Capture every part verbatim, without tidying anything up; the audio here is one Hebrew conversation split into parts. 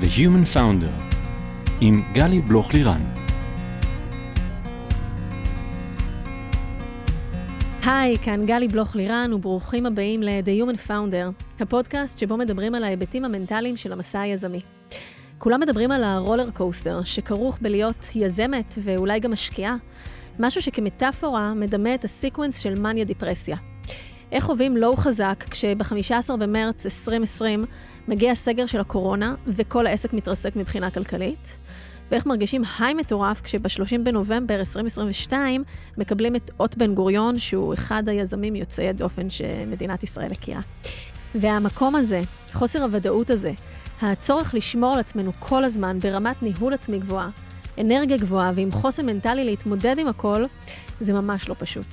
The Human Founder עם גלי בלוך-לירן. היי, כאן גלי בלוך-לירן וברוכים הבאים ל-The Human Founder, הפודקאסט שבו מדברים על ההיבטים המנטליים של המסע היזמי. כולם מדברים על הרולר קוסטר שכרוך בלהיות יזמת ואולי גם משקיעה, משהו שכמטאפורה מדמה את הסיקוונס של מניה דיפרסיה. איך חווים לואו חזק כשב-חמישה עשר במרץ עשרים עשרים מגיע הסגר של הקורונה וכל העסק מתרסק מבחינה כלכלית? ואיך מרגישים היי מטורף כשב-שלושים בנובמבר עשרים עשרים ושתיים מקבלים את אות בן גוריון, שהוא אחד היזמים יוצאי הדופן שמדינת ישראל הכירה. והמקום הזה, חוסר הוודאות הזה, הצורך לשמור על עצמנו כל הזמן ברמת ניהול עצמי גבוהה, אנרגיה גבוהה ועם חוסן מנטלי להתמודד עם הכל, זה ממש לא פשוט.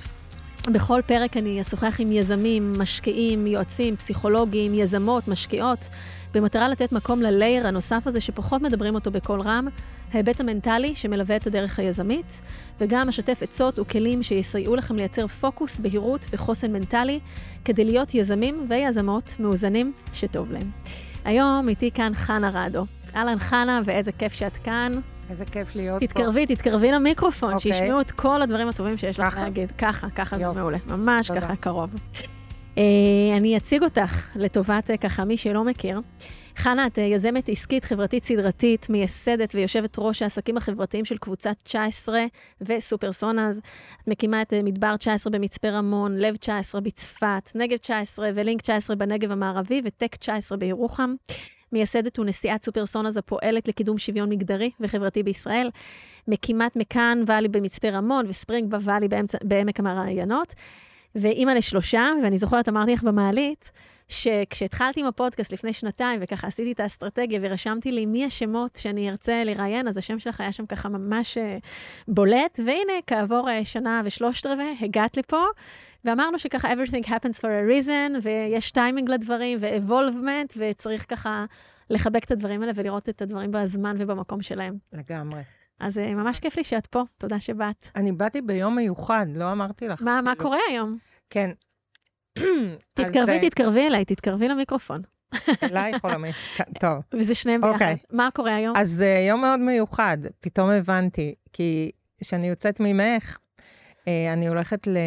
בכל פרק אני אשוחח עם יזמים, משקיעים, יועצים, פסיכולוגים, יזמות, משקיעות, במטרה לתת מקום ללייר הנוסף הזה שפחות מדברים אותו בכל רם, ההיבט המנטלי שמלווה את הדרך היזמית, וגם אשתף עצות וכלים שיסייעו לכם לייצר פוקוס, בהירות וחוסן מנטלי, כדי להיות יזמים ויזמות מאוזנים שטוב להם. היום איתי כאן חנה רדו. אהלן חנה, ואיזה כיף שאת כאן. איזה כיף להיות תתקרבי, פה. תתקרבי למיקרופון, אוקיי. שישמעו את כל הדברים הטובים שיש לך להגיד. ככה, ככה זה מעולה. ממש תודה. ככה קרוב. אה, אני אציג אותך לטובת ככה מי שלא מכיר. חנה, את יזמת עסקית חברתית סדרתית, מייסדת ויושבת ראש העסקים החברתיים של קבוצת תשע עשרה וסופרסונאז. את מקימה את מדבר תשע עשרה במצפה רמון, לב תשע עשרה בצפת, נגב תשע עשרה ולינק תשע עשרה בנגב המערבי וטק תשע עשרה בירוחם. מייסדת ונשיאת סופרסונאז הפועלת לקידום שוויון מגדרי וחברתי בישראל. מקימת מקאן ואלי במצפה רמון וספרינג בוואלי בעמק המעיינות. ואימא לשלושה, ואני זוכרת, אמרתי לך במעלית, שכשהתחלתי עם הפודקאסט לפני שנתיים, וככה עשיתי את האסטרטגיה, ורשמתי לי מי השמות שאני ארצה לראיין, אז השם שלך היה שם ככה ממש בולט, והנה, כעבור שנה ושלושת רבעי, הגעת לפה, ואמרנו שככה everything happens for a reason, ויש טיימינג לדברים, ו-evolvement, וצריך ככה לחבק את הדברים האלה, ולראות את הדברים בזמן ובמקום שלהם. לגמרי. אז ממש כיף לי שאת פה, תודה שבאת. אני באתי ביום מיוחד, לא אמרתי לך. מה, מה קורה היום? כן. תתקרבי, תתקרבי אליי, תתקרבי למיקרופון. אליי יכול להמשיך, טוב. וזה שניהם ביחד. מה קורה היום? אז יום מאוד מיוחד, פתאום הבנתי, כי כשאני יוצאת ממך, אני הולכת ל...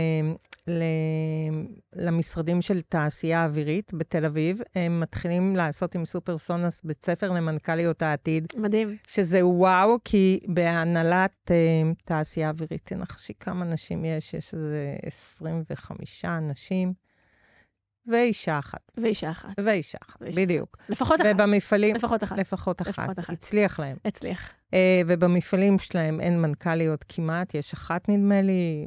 למשרדים של תעשייה אווירית בתל אביב. הם מתחילים לעשות עם סופרסונאז בית ספר למנכ"ליות העתיד. מדהים. שזה וואו, כי בהנהלת תעשייה אווירית, תנחשי כמה נשים יש, יש איזה עשרים וחמישה אנשים, ואישה אחת. ואישה אחת. ואישה אחת, בדיוק. לפחות אחת. ובמפעלים... לפחות אחת. לפחות אחת. הצליח להם. הצליח. ובמפעלים שלהם אין מנכ"ליות כמעט, יש אחת נדמה לי...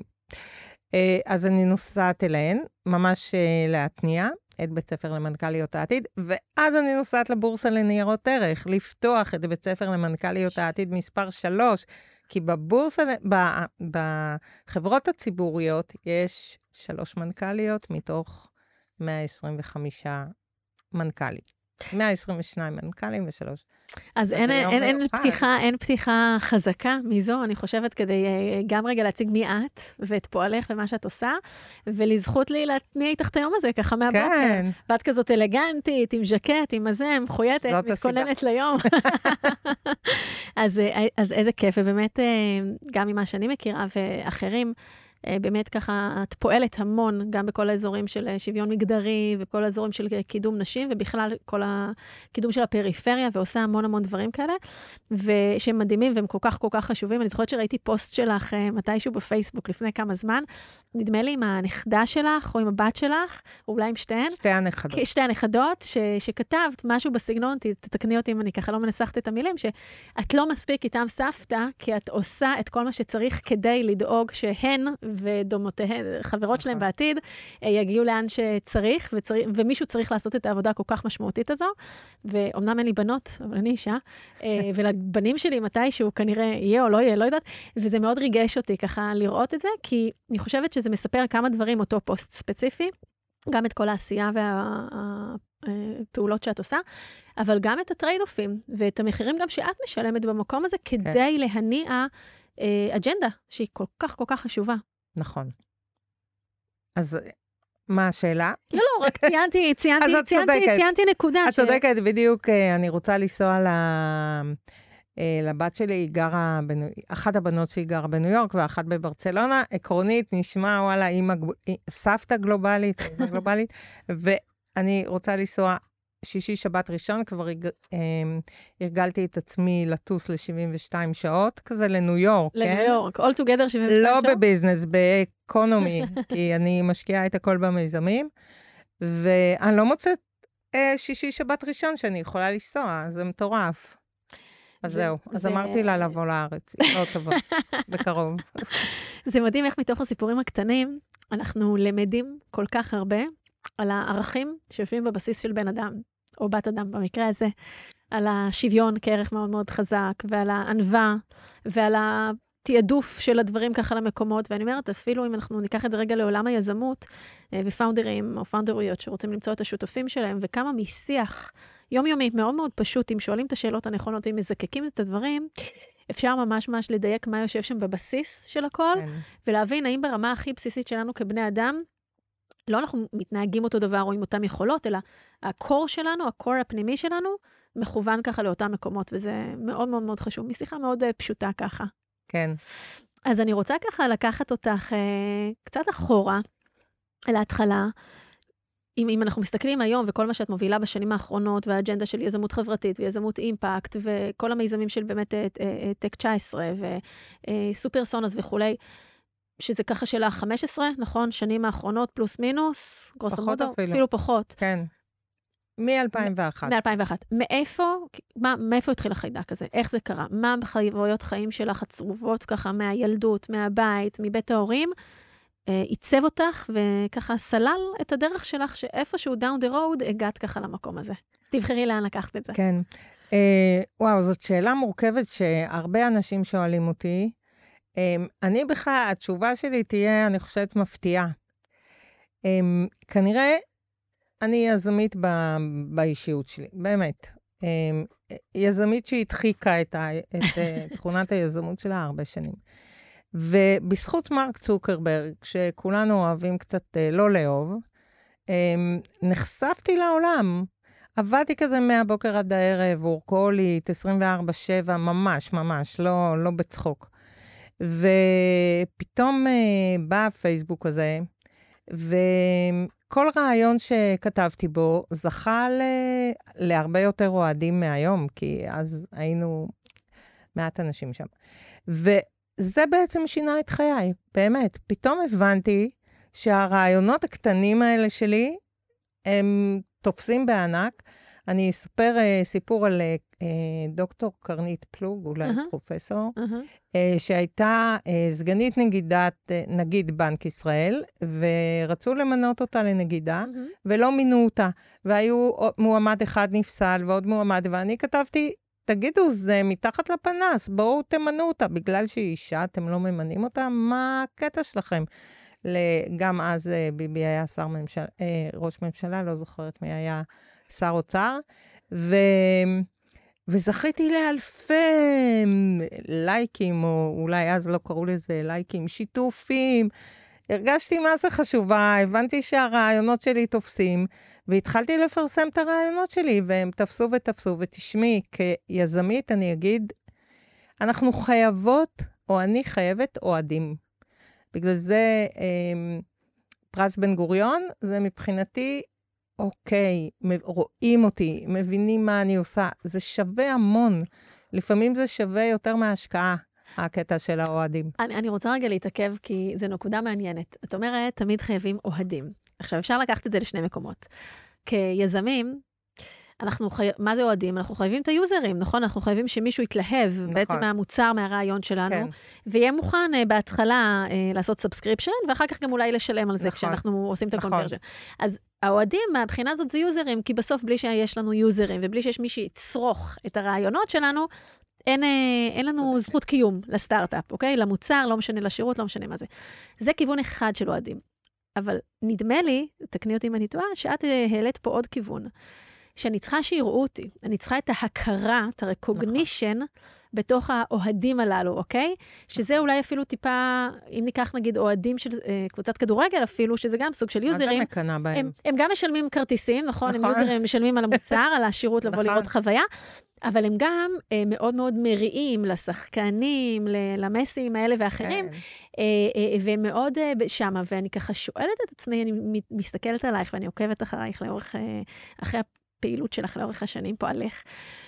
אז אני נוסעת אליהן, ממש להתניע את בית ספר למנכ"ליות העתיד, ואז אני נוסעת לבורסה לניירות ערך, לפתוח את בית ספר למנכ"ליות העתיד מספר שלוש, כי בבורסה, בחברות הציבוריות יש שלוש מנכ"ליות מתוך מאה עשרים וחמישה מנכ"לים. מאה עשרים ושניים מנכ"לים ושלוש. אז אין, אין, אין, פתיחה, אין פתיחה חזקה מזו, אני חושבת, כדי גם רגע להציג מי את ואת פועלך ומה שאת עושה, ולזכות לי להתניע איתך את היום הזה, ככה מהבוקר. כן. ואת כזאת אלגנטית, עם ז'קט, עם הזה, מחויטת, מתכוננת ליום. אז, אז איזה כיף, ובאמת, גם ממה שאני מכירה ואחרים, באמת ככה, את פועלת המון, גם בכל האזורים של שוויון מגדרי, וכל האזורים של קידום נשים, ובכלל כל הקידום של הפריפריה, ועושה המון המון דברים כאלה, ושהם מדהימים, והם כל כך כל כך חשובים. אני זוכרת שראיתי פוסט שלך מתישהו בפייסבוק לפני כמה זמן, נדמה לי עם הנכדה שלך, או עם הבת שלך, או אולי עם שתיהן. שתי הנכדות. שתי הנכדות, ש, שכתבת משהו בסגנון, תתקני אותי אם אני ככה לא מנסחת את המילים, שאת לא מספיק איתם סבתא, כי את עושה את כל מה שצריך כדי לדאוג שהן ודומותיהן, חברות שלהם בעתיד, יגיעו לאן שצריך, וצריך, ומישהו צריך לעשות את העבודה כל כך משמעותית הזו, ואומנם אין לי בנות, אבל אני אישה, ולבנים שלי מתישהו כנראה יהיה או לא יהיה, לא יודעת, וזה מאוד ריגש אותי ככה לראות את זה, כי אני חושבת שזה מספר כמה דברים, אותו פוסט ספציפי, גם את כל העשייה והפעולות שאת עושה, אבל גם את הטרייד-אופים, ואת המחירים גם שאת משלמת במקום הזה, כדי להניע אג'נדה, שהיא כל כך כל כך חשובה. נכון. אז מה השאלה? לא, לא, רק ציינתי, ציינתי, אז את ציינתי, צודקת. ציינתי נקודה. את ש- צודקת, בדיוק, אה, אני רוצה לנסוע ל... אה, לבת שלי, היא גרה, בניו... אחת הבנות שלי גרה בניו יורק, ואחת בברצלונה, עקרונית, נשמע, וואלה, אימא, גב- אי- סבתא גלובלית, אימא גלובלית, ואני רוצה לנסוע שישי, שבת ראשון, כבר הג... אה, הרגלתי את עצמי לטוס ל-שבעים ושתיים שעות, כזה לניו יורק, כן? לניו יורק, all together שבעים ושתיים לא שעות? בביזנס, באקונומי, כי אני משקיעה את הכל במיזמים, ואני לא מוצאת אה, שישי, שבת ראשון שאני יכולה לנסוע, זה מטורף. אז זה- זהו, אז זה- אמרתי לה לבוא לארץ, היא לא תבוא, בקרוב. זה מדהים איך מתוך הסיפורים הקטנים, אנחנו למדים כל כך הרבה על הערכים שיושבים בבסיס של בן אדם, או בת אדם במקרה הזה, על השוויון כערך מאוד מאוד חזק, ועל הענווה, ועל התעדוף של הדברים ככה למקומות, ואני אומרת, אפילו אם אנחנו ניקח את זה רגע לעולם היזמות, אה, ופאונדרים או פאונדריות שרוצים למצוא את השותפים שלהם, וכמה משיח יומיומי מאוד מאוד פשוט, אם שואלים את השאלות הנכונות, אם מזקקים את הדברים, אפשר ממש ממש לדייק מה יושב שם בבסיס של הכל, כן. ולהבין האם ברמה הכי בסיסית שלנו כבני אדם, לא אנחנו מתנהגים אותו דבר או עם אותם יכולות, אלא הקור שלנו, הקור הפנימי שלנו, מכוון ככה לאותם מקומות, וזה מאוד מאוד מאוד חשוב, משיחה מאוד uh, פשוטה ככה. כן. אז אני רוצה ככה לקחת אותך uh, קצת אחורה, להתחלה, אם, אם אנחנו מסתכלים היום, וכל מה שאת מובילה בשנים האחרונות, והאג'נדה של יזמות חברתית, ויזמות אימפקט, וכל המיזמים של באמת טק תשע עשרה, וסופר סונוס וכולי, שזה ככה של ה-חמש עשרה, נכון? שנים האחרונות, פלוס מינוס, גרוסו פחות מודו, אפילו. אפילו פחות. כן. מ-אלפיים ואחת. מ-אלפיים ואחת. מאיפה, מה, מאיפה התחיל החיידק הזה? איך זה קרה? מה בחוויות חיים שלך הצרובות ככה מהילדות, מהבית, מבית ההורים, אה, עיצב אותך וככה סלל את הדרך שלך שאיפשהו down the road הגעת ככה למקום הזה. תבחרי לאן לקחת את זה. כן. אה, וואו, זאת שאלה מורכבת שהרבה אנשים שואלים אותי. אה, אני בכלל, התשובה שלי תהיה, אני חושבת, מפתיעה. אה, כנראה, אני יזמית ב, באישיות שלי, באמת. אה, יזמית שהדחיקה את, ה, את אה, תכונת היזמות שלה הרבה שנים. ובזכות מרק צוקרברג, שכולנו אוהבים קצת אה, לא לאהוב, אה, נחשפתי לעולם. עבדתי כזה מהבוקר עד הערב, וורקולית, עשרים וארבע שבע, ממש, ממש, לא, לא בצחוק. ופתאום אה, בא הפייסבוק הזה, וכל רעיון שכתבתי בו זכה ל... להרבה יותר אוהדים מהיום, כי אז היינו מעט אנשים שם. וזה בעצם שינה את חיי, באמת. פתאום הבנתי שהרעיונות הקטנים האלה שלי, הם תופסים בענק. אני אספר uh, סיפור על uh, דוקטור קרנית פלוג, אולי uh-huh. פרופסור, uh-huh. uh, שהייתה uh, סגנית נגידת, uh, נגיד בנק ישראל, ורצו למנות אותה לנגידה, uh-huh. ולא מינו אותה. והיו מועמד אחד נפסל ועוד מועמד, ואני כתבתי, תגידו, זה מתחת לפנס, בואו תמנו אותה, בגלל שהיא אישה, אתם לא ממנים אותה, מה הקטע שלכם? גם אז ביבי היה שר ממשלה, ראש ממשלה, לא זוכרת מי היה שר אוצר, ו... וזכיתי לאלפי לייקים, או אולי אז לא קראו לזה לייקים, שיתופים, הרגשתי מה זה חשובה, הבנתי שהרעיונות שלי תופסים, והתחלתי לפרסם את הרעיונות שלי, והם תפסו ותפסו, ותשמעי, כיזמית אני אגיד, אנחנו חייבות, או אני חייבת אוהדים. בגלל זה אה, פרס בן גוריון, זה מבחינתי, אוקיי, רואים אותי, מבינים מה אני עושה, זה שווה המון. לפעמים זה שווה יותר מההשקעה, הקטע של האוהדים. אני, אני רוצה רגע להתעכב, כי זו נקודה מעניינת. את אומרת, תמיד חייבים אוהדים. עכשיו, אפשר לקחת את זה לשני מקומות. כיזמים, אנחנו חי... מה זה אוהדים? אנחנו חייבים את היוזרים, נכון? אנחנו חייבים שמישהו יתלהב נכון. בעצם מהמוצר, מהרעיון שלנו, כן. ויהיה מוכן uh, בהתחלה uh, לעשות סאבסקריפשן, ואחר כך גם אולי לשלם על זה, נכון. כשאנחנו עושים את הקונברז'ן. נכון. אז האוהדים, מהבחינה הזאת זה יוזרים, כי בסוף בלי שיש לנו יוזרים, ובלי שיש מי שיצרוך את הרעיונות שלנו, אין, אין לנו זכות קיום לסטארט-אפ, אוקיי? למוצר, לא משנה לשירות, לא משנה מה זה. זה כיוון אחד של אוהדים. אבל נדמה לי, תקני אותי אם אני טועה, שאת העלית פה עוד כיוון. שאני צריכה שיראו אותי. אני צריכה את ההכרה, את הרקוגנישן, בתוך האוהדים הללו, אוקיי? שזה אולי אפילו טיפה, אם ניקח נגיד אוהדים של אה, קבוצת כדורגל אפילו, שזה גם סוג של יוזרים. מה אתה מקנה בהם? הם, הם גם משלמים כרטיסים, נכון? נכון. הם יוזרים, משלמים על המוצר, על השירות לבוא נכון. לראות חוויה, אבל הם גם אה, מאוד מאוד מריעים לשחקנים, למסים האלה ואחרים, כן. אה, אה, והם מאוד אה, שמה, ואני ככה שואלת את עצמי, אני מסתכלת עלייך, ואני עוקבת אחרייך לאורך, אה, אחרי הפעילות שלך לאורך השנים פה עליך,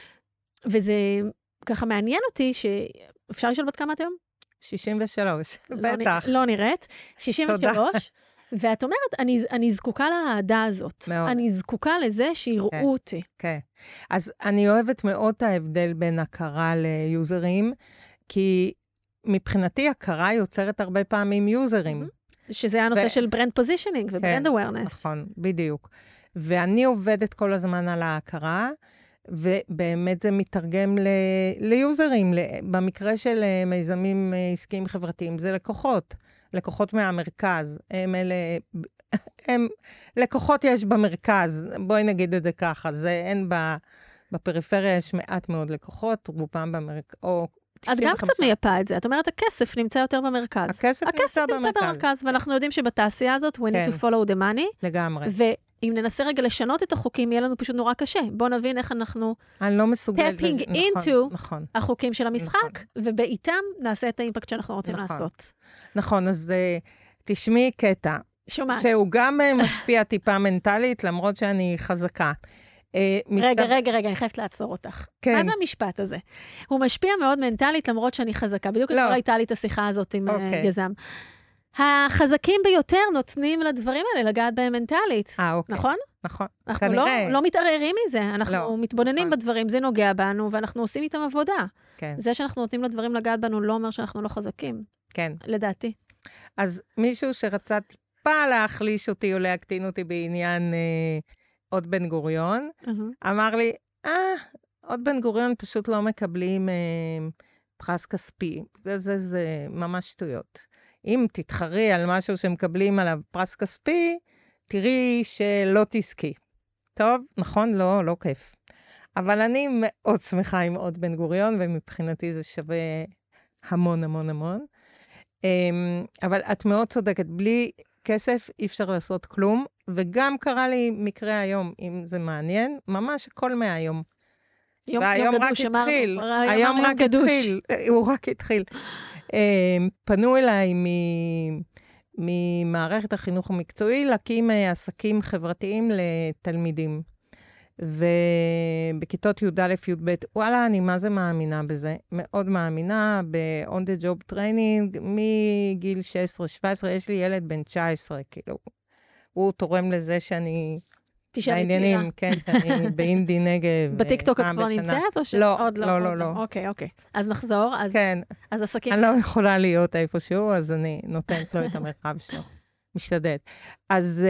וזה ככה מעניין אותי, שאפשר לשאול בת כמה את היום? שישים ושלוש, לא בטח. נ... לא נראית, שישים ושלוש, ואת אומרת, אני, אני זקוקה להעדה הזאת. מאוד. אני זקוקה לזה שיראו כן. אותי. כן. אז אני אוהבת מאוד את ההבדל בין הכרה ליוזרים, כי מבחינתי הכרה יוצרת הרבה פעמים יוזרים. שזה הנושא ו... של ברנד פוזישנינג וברנד אווירנס. נכון, בדיוק. ואני עובדת כל הזמן על ההכרה, ובאמת זה מתרגם ל... ליוזרים. במקרה של מיזמים עסקיים חברתיים, זה לקוחות. לקוחות מהמרכז. הם אלה... הם... לקוחות יש במרכז, בואי נגיד את זה ככה. זה אין ב... בפריפריה יש מעט מאוד לקוחות, רובם במרכז, או... את גם קצת מייפה את זה. את אומרת, הכסף נמצא יותר במרכז. הכסף, הכסף נמצא, נמצא במרכז. במרכז, ואנחנו יודעים שבתעשייה הזאת, we כן. need to follow the money. לגמרי. ואם ננסה רגע לשנות את החוקים, יהיה לנו פשוט נורא קשה. בואו נבין איך אנחנו... אני לא מסוגלת... tapping נכון, into נכון. החוקים של המשחק, נכון. ובאיתם נעשה את האימפקט שאנחנו רוצים נכון. לעשות. נכון, אז תשמעי קטע. שומעת. שהוא גם משפיע טיפה מנטלית, למרות שאני חזקה. רגע, רגע, רגע, אני חייבת לעצור אותך. כן. מה זה המשפט הזה? הוא משפיע מאוד מנטלית, למרות שאני חזקה. בדיוק לא הייתה לי את השיחה הזאת עם יזם. החזקים ביותר נותנים לדברים האלה לגעת בהם מנטלית. אה, אוקיי. נכון? נכון. אנחנו לא, לא מתערערים מזה, אנחנו לא. מתבוננים נכון. בדברים, זה נוגע בנו, ואנחנו עושים איתם עבודה. כן. זה שאנחנו נותנים לדברים לגעת בנו לא אומר שאנחנו לא חזקים. כן. לדעתי. אז מישהו שרצה טיפה להחליש אותי או להקטין אותי בעניין אה, עוד בן גוריון, uh-huh. אמר לי, אה, עוד בן גוריון פשוט לא מקבלים אה, פרס כספי. זה, זה, זה ממש שטויות. אם תתחרי על משהו שמקבלים עליו פרס כספי, תראי שלא תזכי. טוב, נכון? לא, לא כיף. אבל אני מאוד שמחה עם עוד בן גוריון, ומבחינתי זה שווה המון המון המון. אבל את מאוד צודקת, בלי כסף אי אפשר לעשות כלום, וגם קרה לי מקרה היום, אם זה מעניין, ממש הכל מהיום. יום, והיום יום רק גדוש, התחיל, אמרנו, היום רק גדוש. התחיל, הוא רק התחיל. פנו אליי ממערכת החינוך המקצועי, להקים עסקים חברתיים לתלמידים. ובכיתות י' א' י' ב', וואלה, אני מה זה מאמינה בזה? מאוד מאמינה ב-on the job training, מגיל שש עשרה שבע עשרה, יש לי ילד בן תשע עשרה, כאילו, הוא תורם לזה שאני... בעניינים, כן, שאני באינדי נגב. בטיקטוק את כבר נמצאת או ש... לא, לא, לא, לא. אוקיי, אוקיי. אז נחזור, אז... כן. אז עסקים... אני לא יכולה להיות איפשהו, אז אני נותנת לו את המרחב שלו. משתדלת. אז...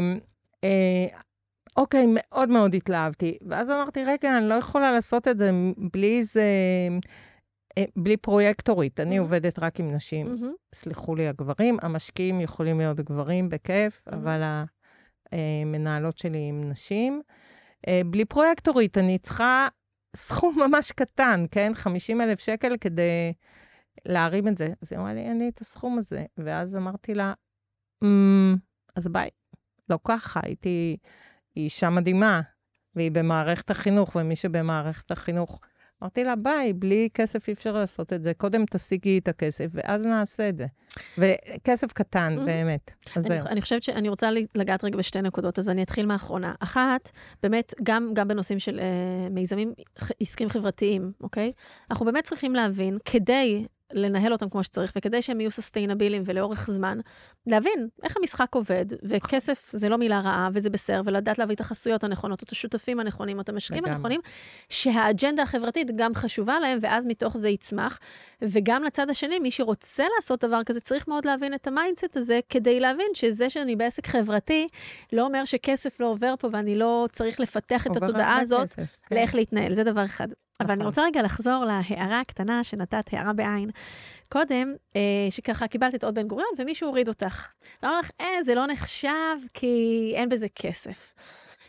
אוקיי, מאוד מאוד התלהבתי. ואז אמרתי, רגע, אני לא יכולה לעשות את זה בלי זה, בלי פרויקטורית. אני עובדת רק עם נשים. סליחו לי הגברים, המשקיעים יכולים להיות גברים בכיף, אבל המנהלות שלי עם נשים. בלי פרויקטורית, אני צריכה סכום ממש קטן, כן? חמישים אלף שקל כדי להרים את זה. אז היא אמרה לי, אין לי את הסכום הזה. ואז אמרתי לה, אז ביי. לא ככה, הייתי... היא אישה מדהימה, והיא במערכת החינוך, ומי שבמערכת החינוך, אמרתי לה, ביי, בלי כסף אי אפשר לעשות את זה, קודם תשיגי את הכסף, ואז נעשה את זה. וכסף קטן, באמת. אז אני, אני חושבת שאני רוצה לגעת רגע בשתי נקודות, אז אני אתחיל מהאחרונה. אחת, באמת, גם, גם בנושאים של uh, מיזמים עסקים חברתיים, אוקיי? אנחנו באמת צריכים להבין, כדי... לנהל אותם כמו שצריך, וכדי שהם יהיו סוסטיינביליים ולאורך זמן, להבין איך המשחק עובד, וכסף זה לא מילה רעה, וזה בסדר, ולדעת להביא את החסויות הנכונות, את השותפים הנכונים, את המשקיעים הנכונים, שהאג'נדה החברתית גם חשובה להם, ואז מתוך זה יצמח, וגם לצד השני, מי שרוצה לעשות דבר כזה, צריך מאוד להבין את המיינדסט הזה, כדי להבין שזה שאני בעסק חברתי, לא אומר שכסף לא עובר פה, ואני לא צריך לפתח את התודעה הזאת, לאיך להתנהל, זה דבר אחד. אבל אני רוצה רגע לחזור להערה הקטנה שנתת, הערה בעין. קודם, אה, שככה קיבלת את עוד בן גוריון, ומישהו הוריד אותך. ואמר לך, אה, זה לא נחשב, כי אין בזה כסף.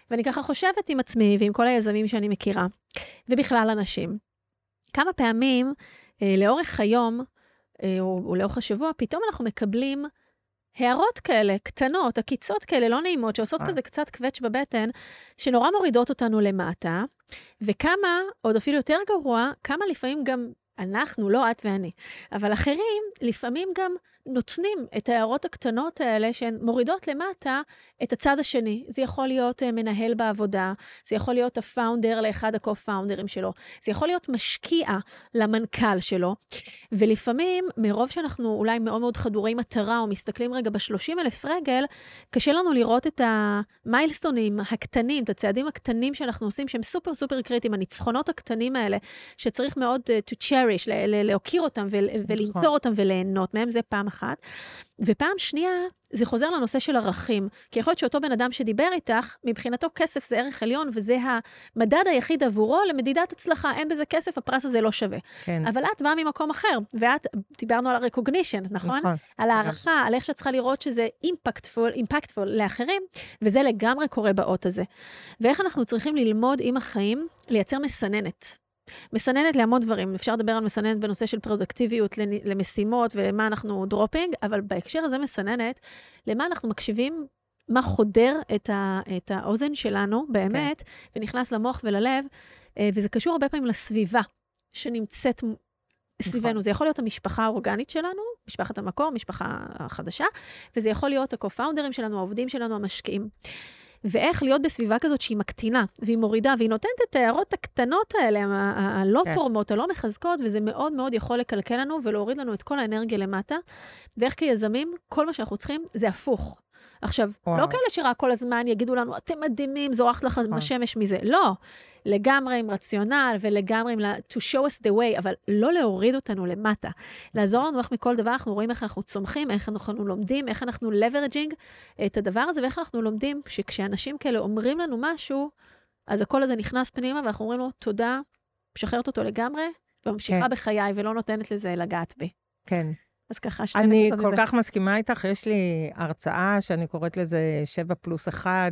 ואני ככה חושבת עם עצמי ועם כל היזמים שאני מכירה, ובכלל אנשים. כמה פעמים אה, לאורך היום, אה, או, או לאורך השבוע, פתאום אנחנו מקבלים הערות כאלה, קטנות, עקיצות כאלה, לא נעימות, שעושות כזה קצת קווץ' בבטן, שנורא מורידות אותנו למטה, וכמה, עוד אפילו יותר גרוע, כמה לפעמים גם אנחנו, לא את ואני, אבל אחרים לפעמים גם נותנים את ההערות הקטנות האלה שהן מורידות למטה את הצד השני. זה יכול להיות uh, מנהל בעבודה, זה יכול להיות הפאונדר לאחד הקו-פאונדרים שלו, זה יכול להיות משקיע למנכ"ל שלו, ולפעמים מרוב שאנחנו אולי מאוד מאוד חדורי מטרה או מסתכלים רגע ב-שלושים אלף רגל, קשה לנו לראות את המיילסטונים הקטנים, את הצעדים הקטנים שאנחנו עושים שהם סופר סופר קריטיים, הניצחונות הקטנים האלה שצריך מאוד uh, to cherish, להוקיר אותם ולנצור אותם וליהנות מהם, זה פעם אחת. ופעם שנייה, זה חוזר לנושא של ערכים, כי יכול להיות שאותו בן אדם שדיבר איתך, מבחינתו כסף זה ערך עליון, וזה המדד היחיד עבורו למדידת הצלחה, אין בזה כסף, הפרס הזה לא שווה. כן. אבל את באה ממקום אחר, ואת, דיברנו על הרקוגנישן, נכון? נכון. על הערכה, על איך שאת צריכה לראות שזה אימפקטפול, אימפקטפול לאחרים, וזה לגמרי קורה באות הזה. ואיך אנחנו צריכים ללמוד עם החיים, לייצר מסננת. מסננת להמון דברים, אפשר לדבר על מסננת בנושא של פרודקטיביות למשימות ולמה אנחנו דרופינג, אבל בהקשר הזה מסננת, למה אנחנו מקשיבים, מה חודר את, ה, את האוזן שלנו באמת, okay. ונכנס למוח וללב, וזה קשור הרבה פעמים לסביבה שנמצאת סביבנו. נכון. זה יכול להיות המשפחה האורגנית שלנו, משפחת המקור, משפחה החדשה, וזה יכול להיות הקו-פאונדרים שלנו, העובדים שלנו, המשקיעים. ואיך להיות בסביבה כזאת שהיא מקטינה, והיא מורידה, והיא נותנת את ההערות הקטנות האלה, הלא תורמות, הלא מחזקות, וזה מאוד מאוד יכול לקלקל לנו, ולהוריד לנו את כל האנרגיה למטה, ואיך כיזמים, כל מה שאנחנו צריכים, זה הפוך. עכשיו, וואו. לא כאלה שרק כל הזמן יגידו לנו, אתם מדהימים, זורחת לך השמש מזה. לא, לגמרי עם רציונל, ולגמרי עם to show us the way, אבל לא להוריד אותנו למטה. לעזור לנו איך מכל דבר, אנחנו רואים איך אנחנו צומחים, איך אנחנו לומדים, איך אנחנו leveraging את הדבר הזה, ואיך אנחנו לומדים שכשאנשים כאלה אומרים לנו משהו, אז הכל הזה נכנס פנימה, ואנחנו אומרים לו, תודה, משחררת אותו לגמרי, וממשיכה כן. בחיי, ולא נותנת לזה לגעת בי. כן. אז ככה, שתי אני כל כך מסכימה איתך, יש לי הרצאה שאני קוראת לזה שבע פלוס אחד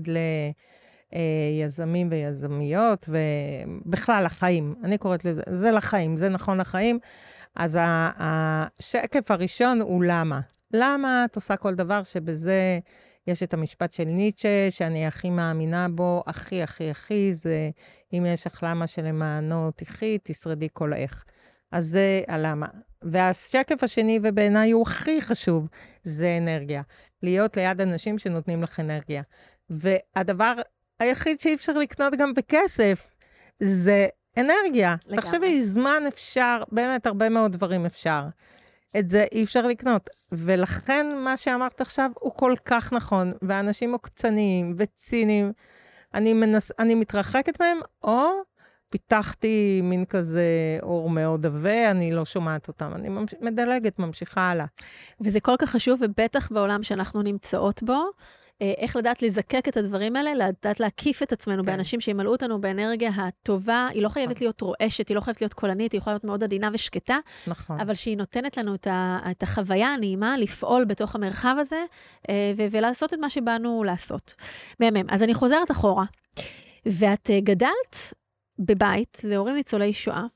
ליזמים ויזמיות, ובכלל לחיים, אני קוראת לזה, זה לחיים, זה נכון לחיים, אז השקף הראשון הוא למה. למה את עושה כל דבר שבזה יש את המשפט של ניטשה, שאני הכי מאמינה בו, הכי הכי הכי, זה אם יש לך למה שלמענו תחי, תשרדי כל איך. אז זה הלמה. והשקף השני, ובעיניי הוא הכי חשוב, זה אנרגיה. להיות ליד אנשים שנותנים לך אנרגיה. והדבר היחיד שאי אפשר לקנות גם בכסף, זה אנרגיה. תחשבי, זמן אפשר, באמת הרבה מאוד דברים אפשר. את זה אי אפשר לקנות. ולכן מה שאמרת עכשיו הוא כל כך נכון, ואנשים מוקצניים וציניים, אני, מנס, אני מתרחקת מהם, או פיתחתי מין כזה אור מאוד עבה, אני לא שומעת אותם, אני ממש, מדלגת, ממשיכה הלאה. וזה כל כך חשוב, ובטח בעולם שאנחנו נמצאות בו, איך לדעת לזקק את הדברים האלה, לדעת להקיף את עצמנו כן. באנשים שימלאו אותנו באנרגיה הטובה, היא לא חייבת להיות רועשת, היא לא חייבת להיות קולנית, היא יכולה להיות מאוד עדינה ושקטה, נכון. אבל שהיא נותנת לנו את, ה, את החוויה הנעימה, לפעול בתוך המרחב הזה, ו- ולעשות את מה שבאנו לעשות. מהמם. אז אני חוזרת אחורה, ואת גדלת בבית, זה הורים ניצולי שואה,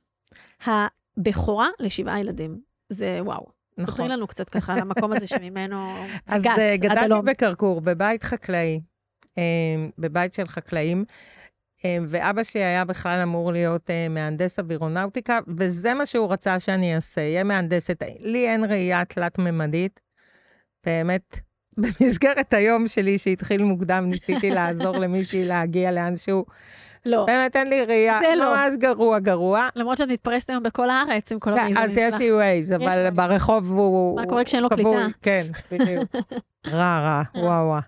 הבכורה לשבעה ילדים. זה וואו. נכון. ספרי לנו קצת ככה על המקום הזה שממנו אז הגעת, גדלתי בקרקור, בבית חקלאי, בבית של חקלאים, ואבא שלי היה בכלל אמור להיות מהנדס אווירונאוטיקה, וזה מה שהוא רצה שאני אעשה, יהיה מהנדסת. לי אין ראייה תלת-ממדית, באמת, במסגרת היום שלי שהתחיל מוקדם, ניסיתי לעזור למישהי להגיע לאנשהו, לא. באמת אין לי ראייה, ממש גרוע, גרוע. למרות שאת מתפרסת היום בכל הארץ עם כל המיזמים. אז יש לי ווייז, אבל ברחוב הוא... מה קורה כשאין לו קליטה? כן, בדיוק. רע, רע, וואו, וואו.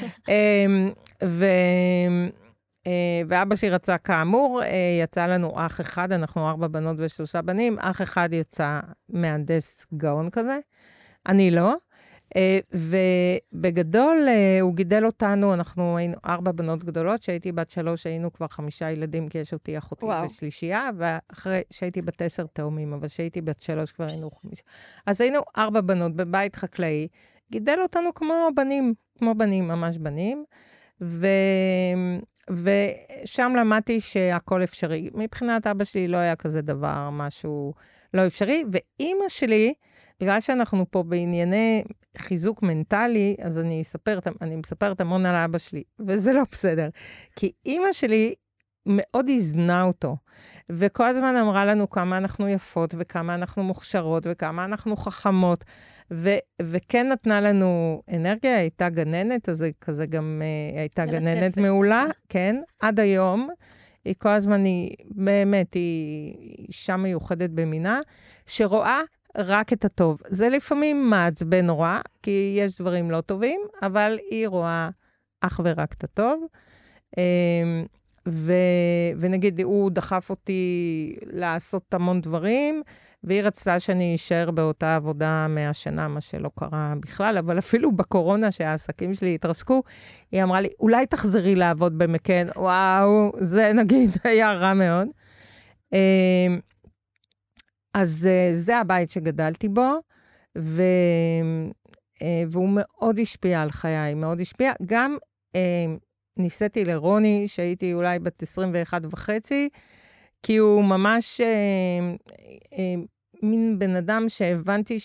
ואבא שלי רצה כאמור, יצא לנו אח אחד, אנחנו ארבע בנות ושלושה בנים, אח אחד יצא מהנדס גאון כזה, אני לא. ובגדול הוא גידל אותנו, אנחנו היינו ארבע בנות גדולות, שהייתי בת שלוש, היינו כבר חמישה ילדים, כי יש אותי אחותי ושלישייה, ואחרי שהייתי בת עשר תאומים, אבל שהייתי בת שלוש כבר היינו חמישה. אז היינו ארבע בנות בבית חקלאי, גידל אותנו כמו בנים, כמו בנים, ממש בנים, ושם למדתי שהכל אפשרי. מבחינת אבא שלי לא היה כזה דבר, משהו לא אפשרי, ואימא שלי, בגלל שאנחנו פה בענייני חיזוק מנטלי, אז אני אספרת, אני מספרת המון על אבא שלי, וזה לא בסדר. כי אימא שלי מאוד הזנה אותו, וכל הזמן אמרה לנו כמה אנחנו יפות, וכמה אנחנו מוכשרות, וכמה אנחנו חכמות, ו- וכן נתנה לנו אנרגיה, הייתה גננת, אז כזה גם uh, הייתה גננת מעולה, כן, עד היום. היא כל הזמן, היא באמת, היא אישה מיוחדת במינה, שרואה רק את הטוב. זה לפעמים מעצבן נורא, כי יש דברים לא טובים, אבל היא רואה אך ורק את הטוב. ו... ונגיד, הוא דחף אותי לעשות המון דברים, והיא רצתה שאני אשאר באותה עבודה מהשנה, מה שלא קרה בכלל, אבל אפילו בקורונה שהעסקים שלי התרסקו, היא אמרה לי, אולי תחזרי לעבוד במקן, וואו, זה נגיד היה רע מאוד. אז זה הבית שגדלתי בו, ו... והוא מאוד השפיע על חיי, מאוד השפיע. גם ניסיתי לרוני, שהייתי אולי בת עשרים ואחת וחצי, כי הוא ממש אה, אה, מין בן אדם שהבנתי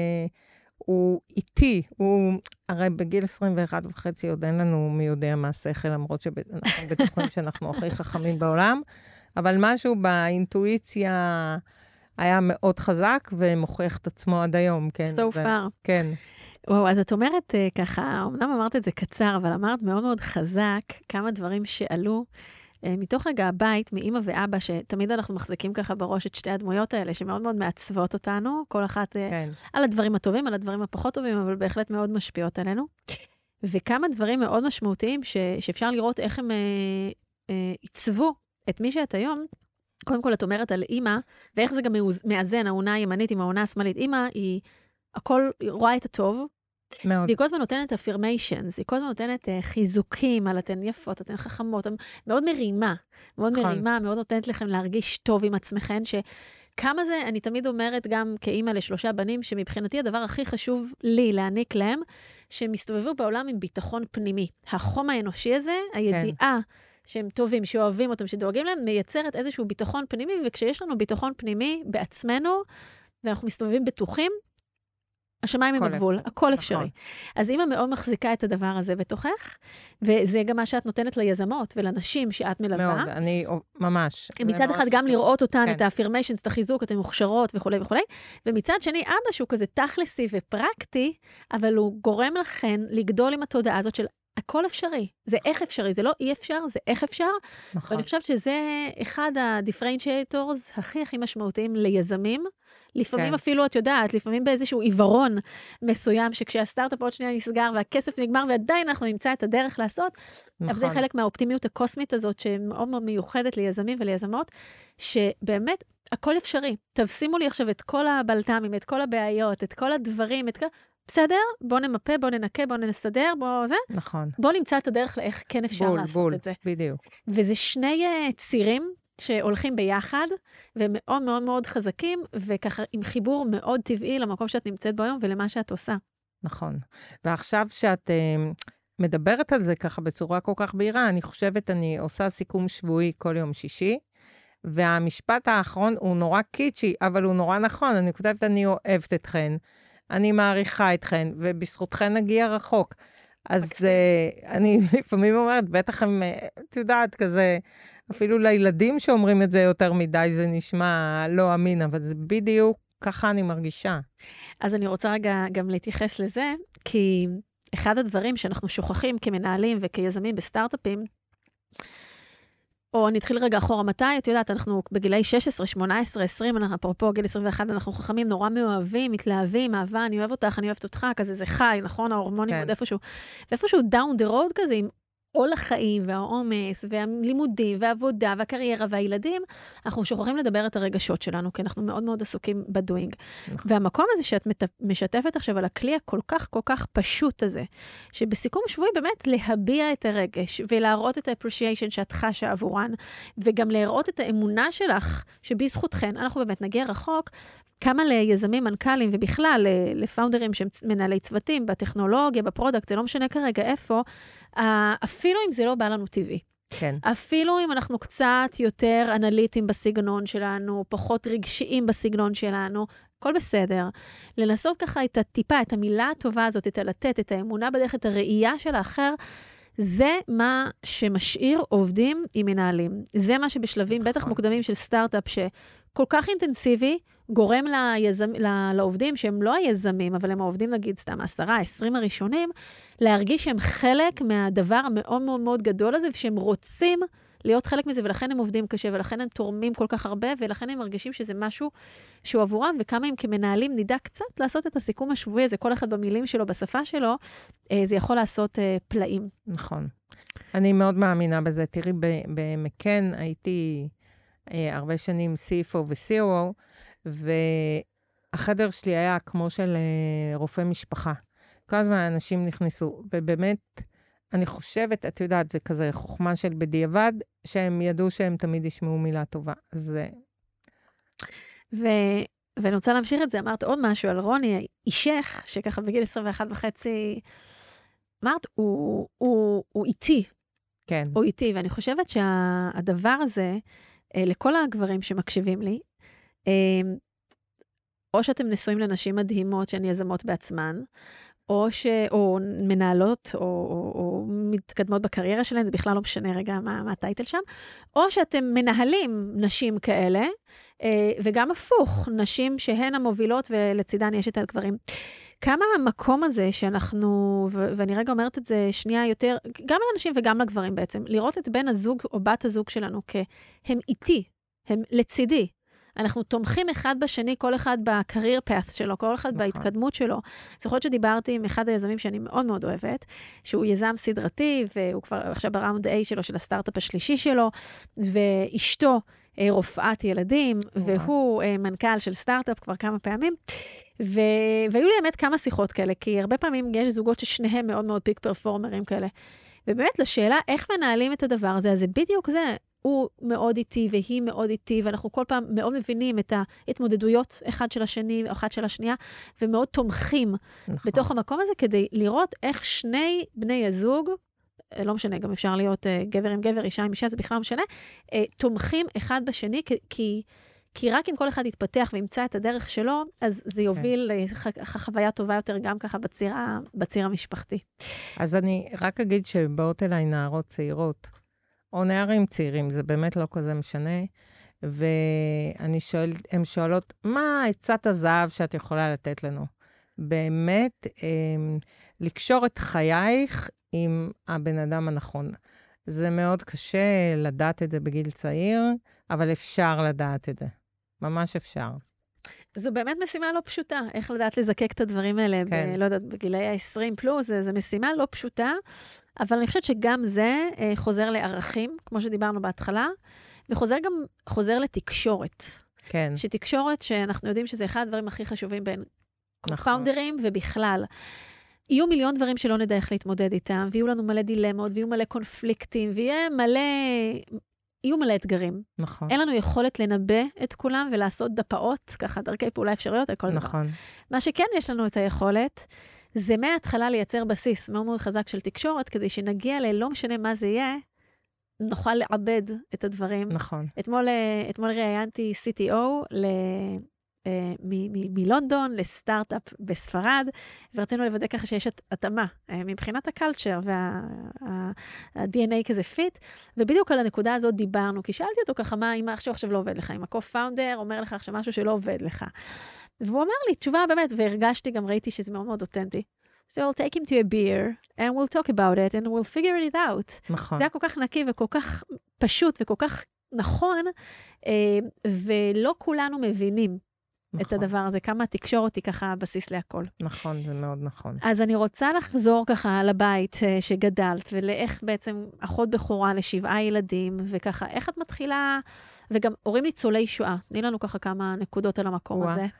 שהוא איתי, הוא, הרי בגיל עשרים ואחת וחצי עוד אין לנו מי יודע מה שכל, למרות שאנחנו בטוחים שאנחנו הכי חכמים בעולם, אבל משהו באינטואיציה היה מאוד חזק, ומוכיח את עצמו עד היום, כן. So far. כן. וואו, אז את אומרת ככה, אמנם אמרת את זה קצר, אבל אמרת מאוד מאוד חזק, כמה דברים שעלו, מתוך רגע הבית, מאמא ואבא, שתמיד אנחנו מחזיקים ככה בראש את שתי הדמויות האלה, שמאוד מאוד מעצבות אותנו, כל אחת כן. על הדברים הטובים, על הדברים הפחות טובים, אבל בהחלט מאוד משפיעות עלינו. וכמה דברים מאוד משמעותיים, ש, שאפשר לראות איך הם אה, אה, עיצבו את מי שאת היום. קודם כל, את אומרת על אמא, ואיך זה גם מאזן, העונה הימנית עם העונה השמאלית. אמא היא, הכל, היא רואה את הטוב, מאוד. והיא כל הזמן נותנת affirmations, היא כל הזמן נותנת uh, חיזוקים על אתן יפות, אתן חכמות, מאוד מרימה, מאוד נכון. מרימה, מאוד נותנת לכם להרגיש טוב עם עצמכן, שכמה זה, אני תמיד אומרת גם כאימא לשלושה בנים, שמבחינתי הדבר הכי חשוב לי להעניק להם, שהם מסתובבו בעולם עם ביטחון פנימי. החום האנושי הזה, הידיעה, כן. שהם טובים, שאוהבים אותם, שדואגים להם, מייצרת איזשהו ביטחון פנימי, וכשיש לנו ביטחון פנימי בעצמנו, ואנחנו מסתובבים בטוחים, השמיים עם הגבול, הכל אפשרי. אז אמא מאוד מחזיקה את הדבר הזה בתוכך, וזה גם מה שאת נותנת ליזמות ולנשים שאת מלווה. מאוד, אני ממש. מצד אחד גם לראות אותן, את האפירמיישנס, את החיזוק, אתן מוכשרות וכו' וכו', ומצד שני אבא שהוא כזה תכלסי ופרקטי, אבל הוא גורם לכן לגדול עם התודעה הזאת של הכל אפשרי. זה איך אפשרי, זה לא אי אפשר, זה איך אפשר. נכון. ואני חושבת שזה אחד הדיפרנציאטורס הכי הכי משמעותיים ליזמים. לפעמים כן. אפילו, את יודעת, לפעמים באיזשהו עיוורון מסוים, שכשהסטארט-אפ עוד שנייה נסגר, והכסף נגמר, ועדיין אנחנו נמצא את הדרך לעשות, נכון. אבל זה חלק מהאופטימיות הקוסמית הזאת, שמאוד מאוד מיוחדת ליזמים וליזמות, שבאמת הכל אפשרי. תשימו לי עכשיו את כל הבלטמים, את כל הבעיות, את כל הדברים, את כל... בסדר? בוא נמפה, בוא ננקה, בוא נסדר, בוא זה. נכון. בוא נמצא את הדרך לאיך כן אפשר בול, לעשות בול, את זה. בדיוק. וזה שני uh, צירים שהולכים ביחד, ומאוד מאוד מאוד חזקים, וככה עם חיבור מאוד טבעי למקום שאת נמצאת בו היום, ולמה שאת עושה. נכון. ועכשיו שאת uh, מדברת על זה ככה בצורה כל כך בהירה, אני חושבת, אני עושה סיכום שבועי כל יום שישי, והמשפט האחרון הוא נורא קיצ'י, אבל הוא נורא נכון. אני כותבת, אני אוהבת אתכן. אני מעריכה אתכן, ובזכותכן נגיע רחוק. אז uh, אני לפעמים אומרת, בטח הם, את יודעת, כזה, אפילו לילדים שאומרים את זה יותר מדי, זה נשמע לא אמין, אבל זה בדיוק ככה אני מרגישה. אז אני רוצה רגע גם להתייחס לזה, כי אחד הדברים שאנחנו שוכחים כמנהלים וכיזמים בסטארט-אפים, או נתחיל רגע אחורה, מתי? את יודעת, אנחנו בגילי שש עשרה, שמונה עשרה, עשרים, אפרופו גיל עשרים ואחת, אנחנו חכמים, נורא מאוהבים, מתלהבים, אהבה, אני אוהב אותך, אני אוהבת אותך, כזה זה חי, נכון? ההורמונים עוד איפשהו, ואיפשהו down the road כזה, עם עול החיים, והעומס, והלימודים, והעבודה, והקריירה, והילדים, אנחנו שוכחים לדבר את הרגשות שלנו, כי אנחנו מאוד מאוד עסוקים בדוינג. והמקום הזה שאת משתפת עכשיו על הכלי הכל כך, כל כך פשוט הזה, שבסיכום שבועי באמת להביע את הרגש, ולהראות את ה-appreciation שאת חשה עבורן, וגם להראות את האמונה שלך, שבזכותכן, אנחנו באמת נגיע רחוק, כמה ליזמים, מנכ"לים, ובכלל לפאונדרים שהם מנהלי צוותים, בטכנולוגיה, בפרודקט, זה לא משנה כרגע איפה, אפילו אם זה לא בא לנו טבעי. כן. אפילו אם אנחנו קצת יותר אנליטיים בסגנון שלנו, פחות רגשיים בסגנון שלנו, הכל בסדר. לנסות ככה את הטיפה, את המילה הטובה הזאת, את הלתת, את האמונה בדרך, את הראייה של האחר, זה מה שמשאיר עובדים עם מנהלים. זה מה שבשלבים, נכון. בטח מוקדמים של סטארט-אפ, שכל כך אינטנסיבי, גורם ליזמ, לעובדים שהם לא היזמים, אבל הם העובדים נגיד סתם עשרה, עשרים הראשונים, להרגיש שהם חלק מהדבר המאוד מאוד מאוד גדול הזה, ושהם רוצים להיות חלק מזה, ולכן הם עובדים קשה, ולכן הם תורמים כל כך הרבה, ולכן הם מרגישים שזה משהו שהוא עבורם, וכמה הם כמנהלים נדע קצת לעשות את הסיכום השבועי הזה, כל אחד במילים שלו, בשפה שלו, זה יכול לעשות פלאים. נכון. אני מאוד מאמינה בזה. תראי, במקן הייתי הרבה שנים סי אף או ו-סי או או, והחדר שלי היה כמו של רופא משפחה. כל הזמן האנשים נכנסו, ובאמת, אני חושבת, את יודעת, זה כזה חוכמה של בדיעבד, שהם ידעו שהם תמיד ישמעו מילה טובה. זה... ו... ואני רוצה להמשיך את זה, אמרת עוד משהו על רוני, אישך, שככה בגיל עשרים ואחת וחצי, אמרת, הוא, הוא, הוא איתי. כן. הוא איתי, ואני חושבת שהדבר הזה, לכל הגברים שמקשיבים לי, או שאתם נשואים לנשים מדהימות שהן יזמות בעצמן, או, ש... או מנהלות, או, או, או מתקדמות בקריירה שלהן, זה בכלל לא משנה רגע מה, מה הטייטל שם, או שאתם מנהלים נשים כאלה, וגם הפוך, נשים שהן המובילות ולצידן יש את הגברים. כמה המקום הזה שאנחנו, ו- ואני רגע אומרת את זה שנייה יותר, גם לאנשים וגם לגברים בעצם, לראות את בן הזוג או בת הזוג שלנו כהם איתי, הם לצידי. אנחנו תומכים אחד בשני, כל אחד בקרייר פאת' שלו, כל אחד נכון. בהתקדמות שלו. זוכרת שדיברתי עם אחד היזמים שאני מאוד מאוד אוהבת, שהוא יזם סדרתי, והוא כבר עכשיו בראונד A שלו, של הסטארט-אפ השלישי שלו, ואשתו רופאת ילדים, והוא מנכ"ל של סטארט-אפ כבר כמה פעמים, ו... והיו לי באמת כמה שיחות כאלה, כי הרבה פעמים יש זוגות ששניהם מאוד מאוד פיק פרפורמרים כאלה. ובאמת לשאלה איך מנהלים את הדבר הזה, אז זה בדיוק זה, הוא מאוד איטי והיא מאוד איטי, ואנחנו כל פעם מאוד מבינים את ההתמודדויות אחד של השני, או אחת של השנייה, ומאוד תומכים נכון. בתוך המקום הזה, כדי לראות איך שני בני הזוג, לא משנה, גם אפשר להיות uh, גבר עם גבר, אישה עם אישה, זה בכלל לא משנה, uh, תומכים אחד בשני, כי, כי, כי רק אם כל אחד יתפתח וימצא את הדרך שלו, אז זה יוביל okay. לחוויה טובה יותר, גם ככה בציר, בציר המשפחתי. אז אני רק אגיד שבאות אליי נערות צעירות, או נערים צעירים, זה באמת לא כזה משנה, ואני שואלת, הן שואלות, מה עצת הזהב שאת יכולה לתת לנו? באמת, הם, לקשור את חייך עם הבן אדם הנכון. זה מאוד קשה לדעת את זה בגיל צעיר, אבל אפשר לדעת את זה. ממש אפשר. זו באמת משימה לא פשוטה, איך לדעת לזקק את הדברים האלה, כן. ב, לא יודעת, בגילי ה-עשרים פלוס, זה, זה משימה לא פשוטה, אבל אני חושבת שגם זה אה, חוזר לערכים, כמו שדיברנו בהתחלה, וחוזר גם, חוזר לתקשורת. כן. שתקשורת, שאנחנו יודעים שזה אחד הדברים הכי חשובים בין נכון. קומפאונדרים ובכלל. יהיו מיליון דברים שלא נדע איך להתמודד איתם, ויהיו לנו מלא דילמות, ויהיו מלא קונפליקטים, ויהיה מלא... יהיו מלא אתגרים. נכון. אין לנו יכולת לנבא את כולם ולעשות דפאות, ככה דרכי פעולה אפשריות על כל דבר. נכון. מה שכן יש לנו את היכולת, זה מההתחלה לייצר בסיס מאוד מאוד חזק של תקשורת, כדי שנגיע ללא משנה מה זה יהיה, נוכל לעבד את הדברים. נכון. אתמול, אתמול ראיינתי סי טי או ל... מלונדון לסטארט-אפ בספרד, ורצינו לוודא ככה שיש התאמה מבחינת הקלצ'ר וה-די אן איי כזה פיט, ובדיוק על הנקודה הזאת דיברנו, כי שאלתי אותו ככה, מה אם עכשיו עכשיו לא עובד לך, אם הקו-פאונדר אומר לך עכשיו משהו שלא עובד לך. והוא אמר לי, תשובה באמת, והרגשתי, גם ראיתי שזה מאוד מאוד אותנטי. So I'll take him to a beer, and we'll talk about it, and we'll figure it out. נכון. זה היה כל כך נקי וכל כך פשוט וכל כך נכון, ולא כולנו מבינים נכון. את הדבר הזה, כמה התקשורת היא ככה בסיס להכל. נכון, זה מאוד נכון. אז אני רוצה לחזור ככה לבית שגדלת, ולאיך בעצם אחות בכורה לשבעה ילדים, וככה, איך את מתחילה, וגם הורים ניצולי שואה, תני לנו ככה כמה נקודות על המקום ווא. הזה.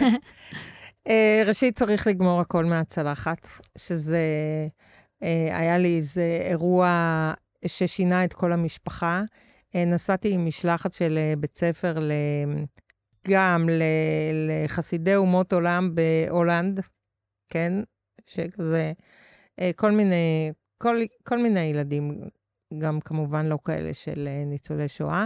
ראשית צריך לגמור הכל מהצלחת, שזה, היה לי איזה אירוע ששינה את כל המשפחה. נסעתי עם משלחת של בית ספר ל... גם לחסידי אומות עולם בהולנד, כן? שכזה, כל מיני, כל, כל מיני ילדים, גם כמובן לא כאלה של ניצולי שואה.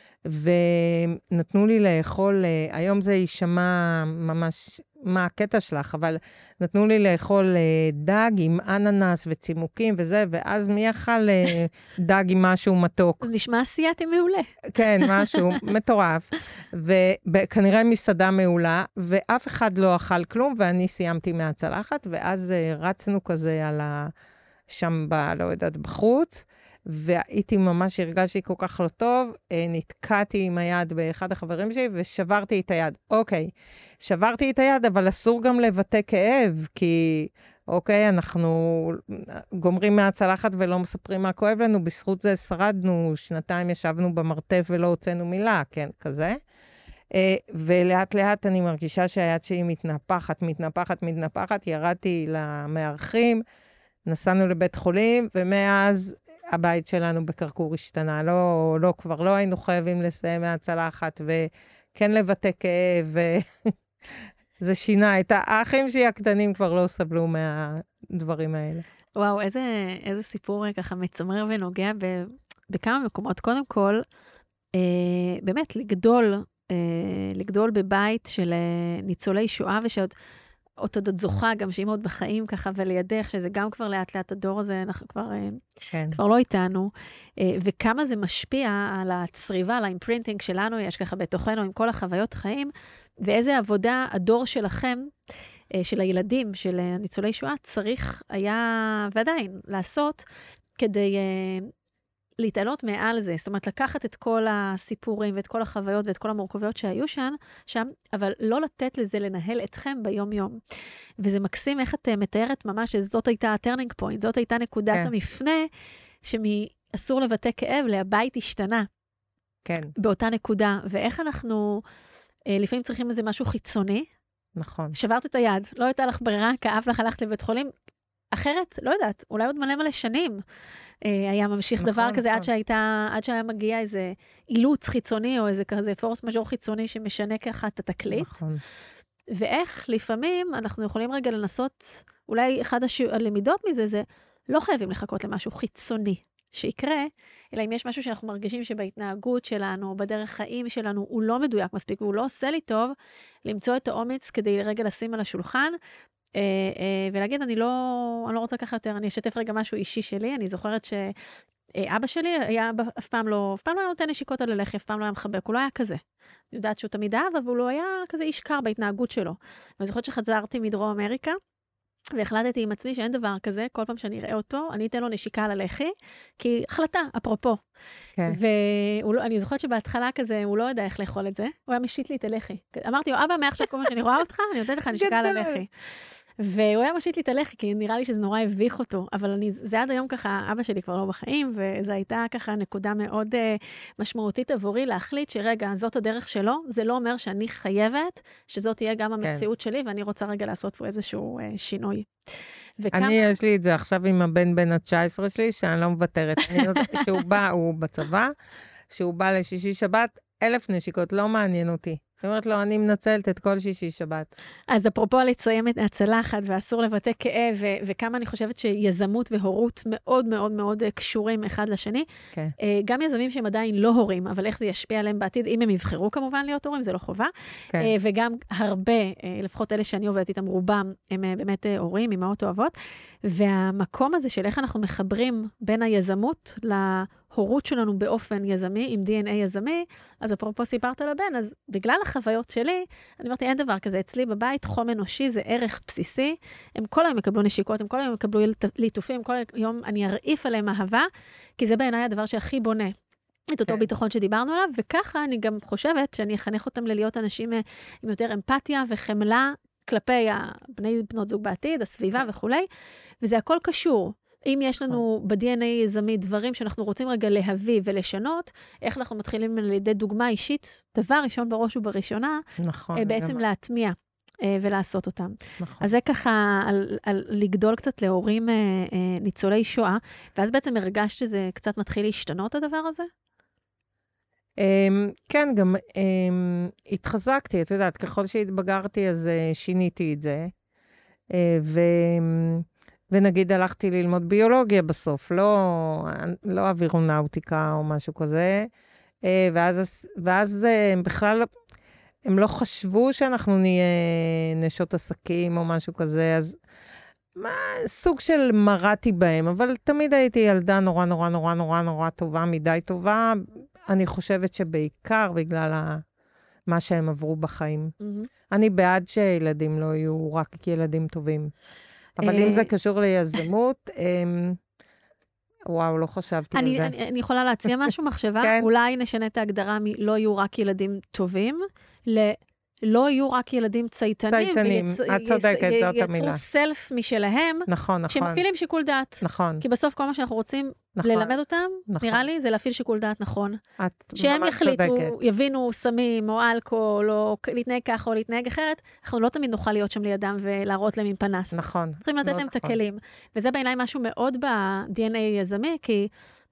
ונתנו לי לאכול, היום זה יישמע ממש מה הקטע שלך, אבל נתנו לי לאכול דג עם אננס וצימוקים וזה, ואז מי אכל דג עם משהו מתוק? נשמע אסיאתי מעולה. כן, משהו מטורף. וכנראה מסעדה מעולה, ואף אחד לא אכל כלום, ואני סיימתי מהצלחת, ואז רצנו כזה על ה... שם ב... לא יודעת, בחוץ, והייתי ממש, הרגשתי כל כך לא טוב, נתקעתי עם היד באחד החברים שלי, ושברתי את היד. אוקיי, שברתי את היד, אבל אסור גם לבטא כאב, כי, אוקיי, אנחנו גומרים מהצלחת ולא מספרים מה כואב לנו, בזכות זה שרדנו, שנתיים ישבנו במרתף ולא הוצאנו מילה, כן, כזה. ולאט לאט אני מרגישה שהיד שלי מתנפחת, מתנפחת, מתנפחת, ירדתי למארחים, נסענו לבית חולים, ומאז הבית שלנו בקרקור השתנה. לא, לא, כבר לא היינו חייבים לסיים מהצלחת, וכן לבטא כאב, וזה שינה. את האחים שלי הקטנים כבר לא סבלו מהדברים האלה. וואו, איזה, איזה סיפור ככה מצמרר ונוגע ב, בכמה מקומות. קודם כל, אה, באמת, לגדול, אה, לגדול בבית של אה, ניצולי שואה, ושעוד... אותו דוד זוכה, גם שהיא מאוד בחיים ככה, ולידך, שזה גם כבר לאט לאט הדור הזה, אנחנו כבר, כן. כבר לא איתנו, וכמה זה משפיע על הצריבה, על האימפרינטינג שלנו, יש ככה בתוכנו עם כל החוויות חיים, ואיזה עבודה הדור שלכם, של הילדים, של ניצולי שואה, צריך היה ועדיין לעשות, כדי להתעלות מעל זה, זאת אומרת, לקחת את כל הסיפורים ואת כל החוויות ואת כל המורכבויות שהיו שם, שם, אבל לא לתת לזה לנהל אתכם ביום-יום. וזה מקסים איך את מתארת ממש שזאת הייתה הטרנינג פוינט, זאת הייתה נקודת כן. המפנה, שמאסור לבטא כאב, להבית השתנה. כן. באותה נקודה. ואיך אנחנו לפעמים צריכים איזה משהו חיצוני. נכון. שברת את היד, לא הייתה לך ברירה, כאב לך הלכת לבית חולים, אחרת, לא יודעת, אולי עוד מלא מלא שנים אה, היה ממשיך נכון, דבר נכון. כזה, עד שהייתה, עד שהיה מגיע איזה אילוץ חיצוני, או איזה כזה פורס מז'ור חיצוני, שמשנה ככה את התקליט. נכון. ואיך לפעמים אנחנו יכולים רגע לנסות, אולי אחד הלמידות מזה, זה לא חייבים לחכות למשהו חיצוני שיקרה, אלא אם יש משהו שאנחנו מרגישים שבהתנהגות שלנו, בדרך חיים שלנו, הוא לא מדויק מספיק, והוא לא עושה לי טוב, למצוא את האומץ כדי רגע לשים על השולחן, ולהגיד, אני לא, אני לא רוצה ככה יותר, אני אשתף רגע משהו אישי שלי, אני זוכרת שאבא שלי היה אף פעם לא, אף פעם לא היה נותן נשיקות על הלחי, אף פעם לא היה מחבק, הוא לא היה כזה. אני יודעת שהוא תמיד אהב, אבל הוא לא היה כזה איש קר בהתנהגות שלו. ואני זוכרת שחזרתי מדרום אמריקה, והחלטתי עם עצמי שאין דבר כזה, כל פעם שאני אראה אותו, אני אתן לו נשיקה על הלחי, כי החלטה, אפרופו. כן. ואני זוכרת שבהתחלה כזה, הוא לא יודע איך לאכול את זה, הוא היה משיט לי את הלחי. אמרתי לו, אבא, מעכשיו כל מה שאני רואה אותך, אני נותנת לך נשיקה על הלחי. והוא היה משיט לי את הלחי, כי נראה לי שזה נורא הביך אותו, אבל אני, זה עד היום ככה, אבא שלי כבר לא בחיים, וזו הייתה ככה נקודה מאוד uh, משמעותית עבורי, להחליט שרגע, זאת הדרך שלו, זה לא אומר שאני חייבת, שזאת תהיה גם המציאות כן. שלי, ואני רוצה רגע לעשות פה איזשהו uh, שינוי. וכמה... אני, יש לי את זה עכשיו עם הבן בן ה-תשע עשרה שלי, שאני לא מוותרת. אני יודעת שהוא בא, הוא בצבא, שהוא בא לשישי שבת, אלף נשיקות, לא מעניין אותי. זאת אומרת לו, אני מנצלת את כל שישי שבת. אז אפרופו לציין את הצלחת, ואסור לבטא כאב, ו- וכמה אני חושבת שיזמות והורות מאוד מאוד מאוד קשורים אחד לשני. כן. גם יזמים שהם עדיין לא הורים, אבל איך זה ישפיע עליהם בעתיד, אם הם יבחרו כמובן להיות הורים, זה לא חובה. כן. וגם הרבה, לפחות אלה שאני עובדת איתם, רובם הם באמת הורים, אמהות אוהבות. והמקום הזה של איך אנחנו מחברים בין היזמות להורות שלנו באופן יזמי, עם די אן איי יזמי, אז אפרופו סיפרת לבן, אז בגלל החוויות שלי, אני אומרת, אין דבר כזה, אצלי בבית חום אנושי זה ערך בסיסי, הם כל היום יקבלו נשיקות, הם כל היום יקבלו ליטופים, כל היום אני ארעיף עליהם אהבה, כי זה בעיניי הדבר שהכי בונה את אותו ביטחון שדיברנו עליו, וככה אני גם חושבת שאני אחנך אותם ללהיות אנשים עם יותר אמפתיה וחמלה, כלפי הבני בנות זוג בעתיד, הסביבה וכולי, וזה הכל קשור. אם יש לנו ב-די אן איי יזמי דברים שאנחנו רוצים רגע להביא ולשנות, איך אנחנו מתחילים על ידי דוגמה אישית, דבר ראשון בראש ובראשונה, נכון, בעצם להטמיע ולעשות אותם. נכון. אז זה ככה על, על לגדול קצת להורים ניצולי שואה, ואז בעצם הרגשת שזה קצת מתחיל להשתנות הדבר הזה? Um, כן, גם um, התחזקתי, את יודעת, ככל שהתבגרתי, אז uh, שיניתי את זה. Uh, ו, ונגיד הלכתי ללמוד ביולוגיה בסוף, לא, לא אווירונאוטיקה או משהו כזה, ואז, ואז הם בכלל, הם לא חשבו שאנחנו נהיה נשות עסקים או משהו כזה, אז מה, סוג של מרדתי בהם, אבל תמיד הייתי ילדה נורא נורא נורא נורא נורא טובה, מדי טובה. אני חושבת שבעיקר בגלל ה... מה שהם עברו בחיים. Mm-hmm. אני בעד שילדים לא יהיו רק ילדים טובים. אבל אם זה קשור ליזמות, וואו, לא חשבתי על זה. אני יכולה להציע משהו, מחשבה? אולי נשנה את ההגדרה מלא יהיו רק ילדים טובים, ל... לא יהיו רק ילדים צייתנים, צייתנים, את צודקת, זאת המילה. יצרו סלף משלהם, נכון, נכון. שמפעילים שיקול דעת. נכון. כי בסוף כל מה שאנחנו רוצים נכון, ללמד אותם, נכון. נראה לי, זה להפעיל שיקול דעת נכון. את שהם ממש יחליטו, צודקת. יבינו סמים או אלכוהול, או להתנהג ככה או להתנהג אחרת, אנחנו לא תמיד נוכל להיות שם לידם ולהראות להם עם פנס. נכון. צריכים לתת להם את הכלים. וזה בעיניי משהו מאוד ב-די אן איי יזמי, כי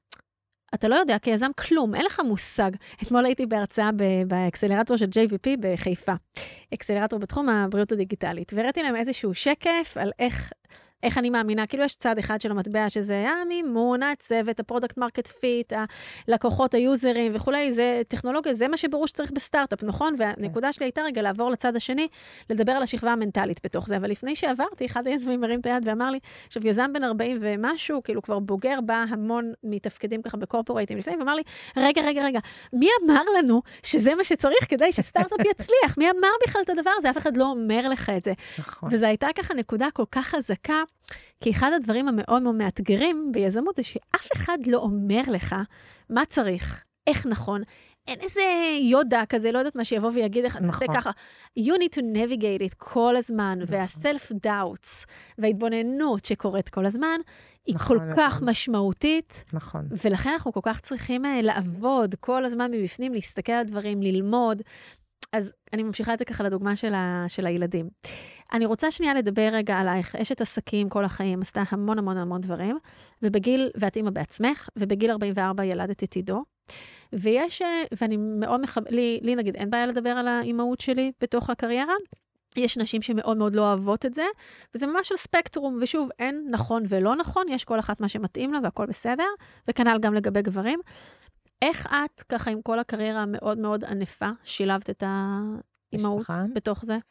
אתה לא יודע, כיזם כלום, אין לך מושג. אתמול הייתי בהרצאה באקסלרטור של ג'יי וי פי בחיפה, אקסלרטור בתחום הבריאות הדיגיטלית, והראיתי להם איזשהו שקף על איך, איך אני מאמינה, כאילו יש צד אחד של המטבע, שזה המימון, הצוות, הפרודקט מרקט פיט, הלקוחות, היוזרים וכולי, זה טכנולוגיה, זה מה שברור שצריך בסטארט-אפ, נכון? והנקודה שלי הייתה רגע לעבור לצד השני, לדבר על השכבה המנטלית בתוך זה, אבל לפני שעברתי, אחד היזמים מרים את היד ואמר לי, עכשיו יזם בן ארבעים ומשהו, כאילו כבר בוגר בא המון מתפקדים ככה בקורפורייטים לפני, ואמר לי, רגע, רגע, רגע, מי אמר לנו שזה מה שצריך כדי שסטארט-אפ יצליח? מי אמר בכלל את הדבר הזה? אף אחד לא אומר לך את זה. נכון. וזה הייתה ככה נקודה כל כך חזקה, כי אחד הדברים המאוד מאוד מאתגרים ביזמות זה שאף אחד לא אומר לך מה צריך, איך נכון. אין איזה יודה כזה, לא יודעת מה שיבוא ויגיד לך, נכון. ככה. You need to navigate it כל הזמן, נכון. וה-self-doubts וההתבוננות שקורית כל הזמן, היא נכון, כל נכון. כך משמעותית. נכון. ולכן אנחנו כל כך צריכים לעבוד כל הזמן מבפנים, להסתכל על דברים, ללמוד. אז אני ממשיכה את זה ככה לדוגמה של, ה, של הילדים. אני רוצה שנייה לדבר רגע עלייך, אשת עסקים כל החיים, עשתה המון המון המון דברים, ובגיל, ואת אימא בעצמך, ובגיל ארבעים וארבע ילדת את עידו, ויש, ואני מאוד מחב... לי, לי נגיד, אין בעיה לדבר על האימהות שלי בתוך הקריירה, יש נשים שמאוד מאוד לא אוהבות את זה, וזה ממש על ספקטרום, ושוב, אין נכון ולא נכון, יש כל אחת מה שמתאים לה, והכל בסדר, וכנ"ל גם לגבי גברים. איך את, ככה עם כל הקריירה המאוד מאוד ענפה, שילבת את האימהות בתוך זה?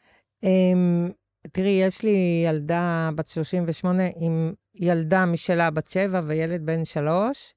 תראי, יש לי ילדה בת שלושים ושמונה, עם ילדה משלה בת שבע וילד בן שלוש,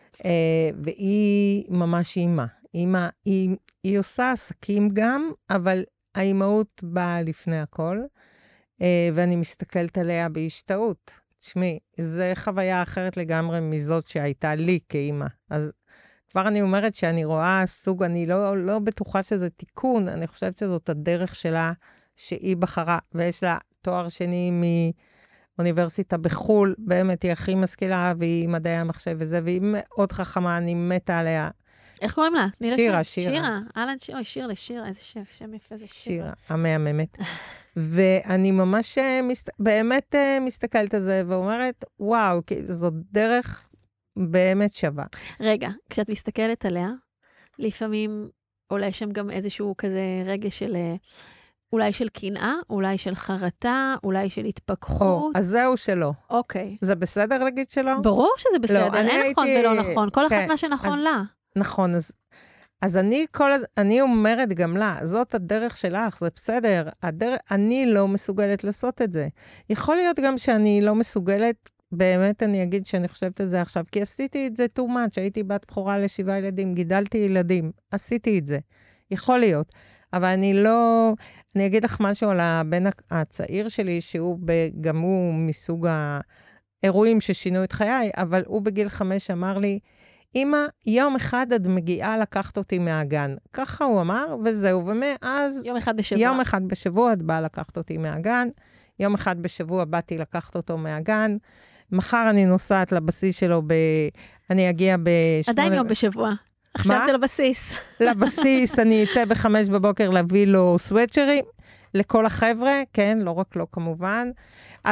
והיא ממש אימא. אימא, היא, היא עושה עסקים גם, אבל האימהות באה לפני הכל, ואני מסתכלת עליה בהשתאות. תשמעי, זו חוויה אחרת לגמרי מזאת שהייתה לי כאימא. אז כבר אני אומרת שאני רואה סוג, אני לא, לא בטוחה שזה תיקון, אני חושבת שזאת הדרך שלה שהיא בחרה, ויש לה תואר שני מאוניברסיטה בחול, באמת היא הכי משכילה, והיא מדעי המחשב וזה, והיא מאוד חכמה, אני מתה עליה. איך קוראים לה? שירה, שירה. שירה, אהלן, אוי, שיר לשירה, איזה שם, שם יפה, זה שירה. שירה, המהממת. ואני ממש באמת מסתכלת על זה, ואומרת, וואו, זאת דרך באמת שווה. רגע, כשאת מסתכלת עליה, לפעמים עולה שם גם איזשהו כזה רגע של, אולי של קנאה, אולי של חרטה, אולי של התפכחות. או, אז זהו שלא. אוקיי. זה בסדר להגיד שלא? ברור שזה בסדר, לא, אין הייתי... נכון ולא נכון, כל כן, אחת מה שנכון אז, לה. נכון, אז, אז אני, כל, אני אומרת גם לה, זאת הדרך שלך, זה בסדר, הדרך, אני לא מסוגלת לעשות את זה. יכול להיות גם שאני לא מסוגלת, באמת אני אגיד שאני חושבת את זה עכשיו, כי עשיתי את זה too much, הייתי בת בכורה לשבעה ילדים, גידלתי ילדים, עשיתי את זה. יכול להיות. אבל אני לא, אני אגיד לך משהו על הבן הצעיר שלי, שהוא גם הוא מסוג האירועים ששינו את חיי, אבל הוא בגיל חמש אמר לי, אמא, יום אחד את מגיעה לקחת אותי מהגן. ככה הוא אמר, וזהו, ומאז... יום אחד בשבוע. יום אחד בשבוע את באה לקחת אותי מהגן, יום אחד בשבוע באתי לקחת אותו מהגן, מחר אני נוסעת לבסיס שלו, ב... אני אגיע בשמונה... עדיין יום בשבוע. עכשיו זה לבסיס. לבסיס, אני אצא בחמש בבוקר להביא לו סוואצ'רים, לכל החבר'ה, כן, לא רק לו כמובן. אז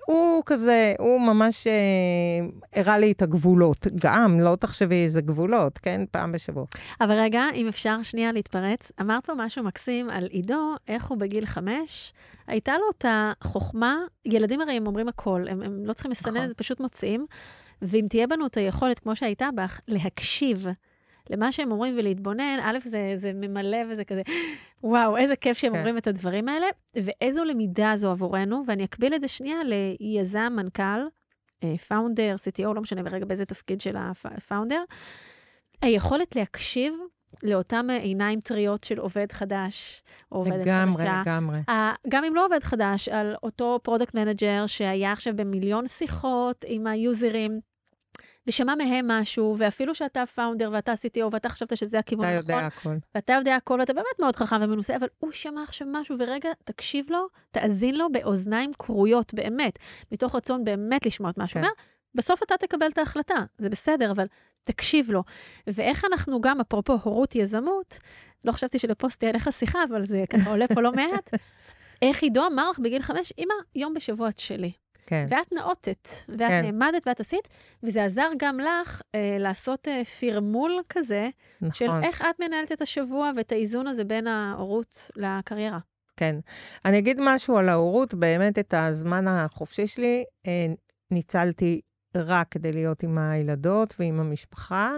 הוא כזה, הוא ממש אה, הראה לי את הגבולות. גם, לא תחשבי איזה גבולות, כן? פעם בשבוע. אבל רגע, אם אפשר שנייה להתפרץ, אמרת פה משהו מקסים על עידו, איך הוא בגיל חמש, הייתה לו את החוכמה, ילדים הרי הם אומרים הכל, הם, הם לא צריכים לסנן, נכון. זה פשוט מוצאים, ואם תהיה בנו את היכולת, כמו שהייתה בך, להקשיב למה שהם אומרים ולהתבונן, א', זה, זה ממלא וזה כזה, וואו, איזה כיף שהם כן. אומרים את הדברים האלה, ואיזו למידה זו עבורנו, ואני אקביל את זה שנייה ליזם, מנכ"ל, פאונדר, סי טי או, לא משנה ברגע באיזה תפקיד של הפאונדר, היכולת להקשיב לאותם עיניים טריות של עובד חדש, או עובדת לגמרי, חדשה. לגמרי. גם אם לא עובד חדש, על אותו פרודקט מנג'ר שהיה עכשיו במיליון שיחות עם היוזרים, ושמע מהם משהו, ואפילו שאתה פאונדר ואתה סי טי או, ואתה חשבת שזה הכיוון אתה הנכון. יודע הכל. ואתה יודע הכל, ואתה באמת מאוד חכם ומנוסה, אבל הוא שמע עכשיו משהו, ורגע, תקשיב לו, תאזין לו באוזניים קרויות, באמת, מתוך רצון באמת לשמוע את מה שהוא אומר. בסוף אתה תקבל את ההחלטה, זה בסדר, אבל תקשיב לו. ואיך אנחנו גם, אפרופו הורות יזמות, לא חשבתי שלפוסט תהיה לך שיחה, אבל זה ככה עולה פה לא מעט, איך עידו אמר לך בגיל חמש, אמא, יום בשבוע את שלי. כן. ואת נאותת, ואת כן. נעמדת ואת עשית, וזה עזר גם לך אה, לעשות אה, פירמול כזה, נכון. של איך את מנהלת את השבוע ואת האיזון הזה בין ההורות לקריירה. כן. אני אגיד משהו על ההורות, באמת את הזמן החופשי שלי, אה, ניצלתי רק כדי להיות עם הילדות ועם המשפחה,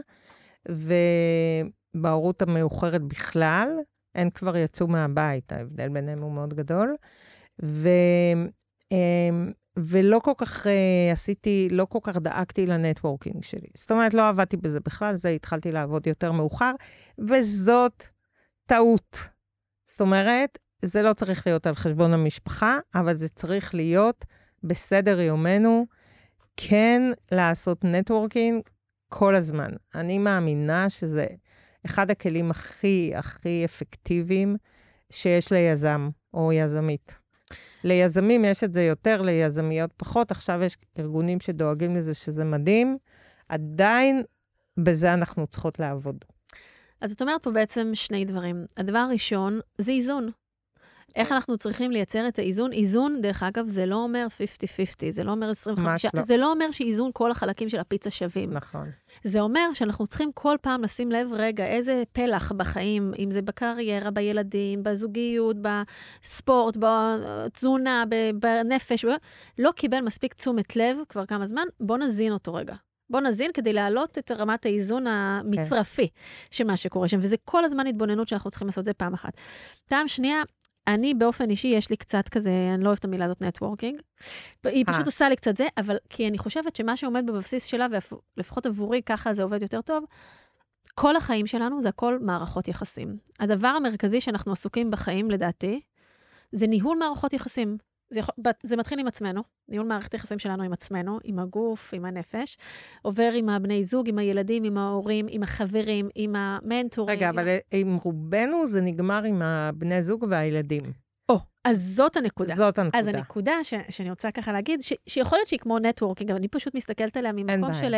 ובהורות המאוחרת בכלל, הן כבר יצאו מהבית, ההבדל ביניהם הוא מאוד גדול, ו... אה, ולא כל כך uh, עשיתי, לא כל כך דאגתי לנטוורקינג שלי. זאת אומרת, לא עבדתי בזה בכלל, זה התחלתי לעבוד יותר מאוחר, וזאת טעות. זאת אומרת, זה לא צריך להיות על חשבון המשפחה, אבל זה צריך להיות בסדר יומנו, כן לעשות נטוורקינג כל הזמן. אני מאמינה שזה אחד הכלים הכי, הכי אפקטיביים שיש ליזם או יזמית. ליזמים יש את זה יותר, ליזמיות פחות. עכשיו יש ארגונים שדואגים לזה שזה מדהים. עדיין בזה אנחנו צריכות לעבוד. אז את אומרת פה בעצם שני דברים. הדבר הראשון זה איזון. איך אנחנו צריכים לייצר את האיזון? איזון, דרך אגב, זה לא אומר חמישים חמישים, זה לא אומר עשרים וחמש, לא. זה לא אומר שאיזון כל החלקים של הפיצה שווים. נכון. זה אומר שאנחנו צריכים כל פעם לשים לב, רגע, איזה פלח בחיים, אם זה בקריירה, בילדים, בזוגיות, בספורט, בתזונה, בנפש, לא קיבל מספיק תשומת לב כבר כמה זמן, בוא נזין אותו רגע. בוא נזין כדי להעלות את רמת האיזון המצרפי של מה שקורה שם, וזה כל הזמן התבוננות שאנחנו צריכים לעשות זה פעם אחת. פעם שנייה, אני באופן אישי, יש לי קצת כזה, אני לא אוהבת את המילה הזאת, נטוורקינג. היא פשוט עושה לי קצת זה, אבל כי אני חושבת שמה שעומד בבסיס שלה, ולפחות עבורי, ככה זה עובד יותר טוב, כל החיים שלנו זה הכל מערכות יחסים. הדבר המרכזי שאנחנו עסוקים בחיים, לדעתי, זה ניהול מערכות יחסים. זה, יכול, זה מתחיל עם עצמנו, ניהול מערכת יחסים שלנו עם עצמנו, עם הגוף, עם הנפש, עובר עם הבני זוג, עם הילדים, עם ההורים, עם החברים, עם המנטורים. רגע, אבל עם רובנו זה נגמר עם הבני זוג והילדים. או, אז זאת הנקודה. זאת הנקודה. אז הנקודה ש, שאני רוצה ככה להגיד, ש, שיכול להיות שהיא כמו נטוורקינג, אבל אני פשוט מסתכלת עליה ממקום של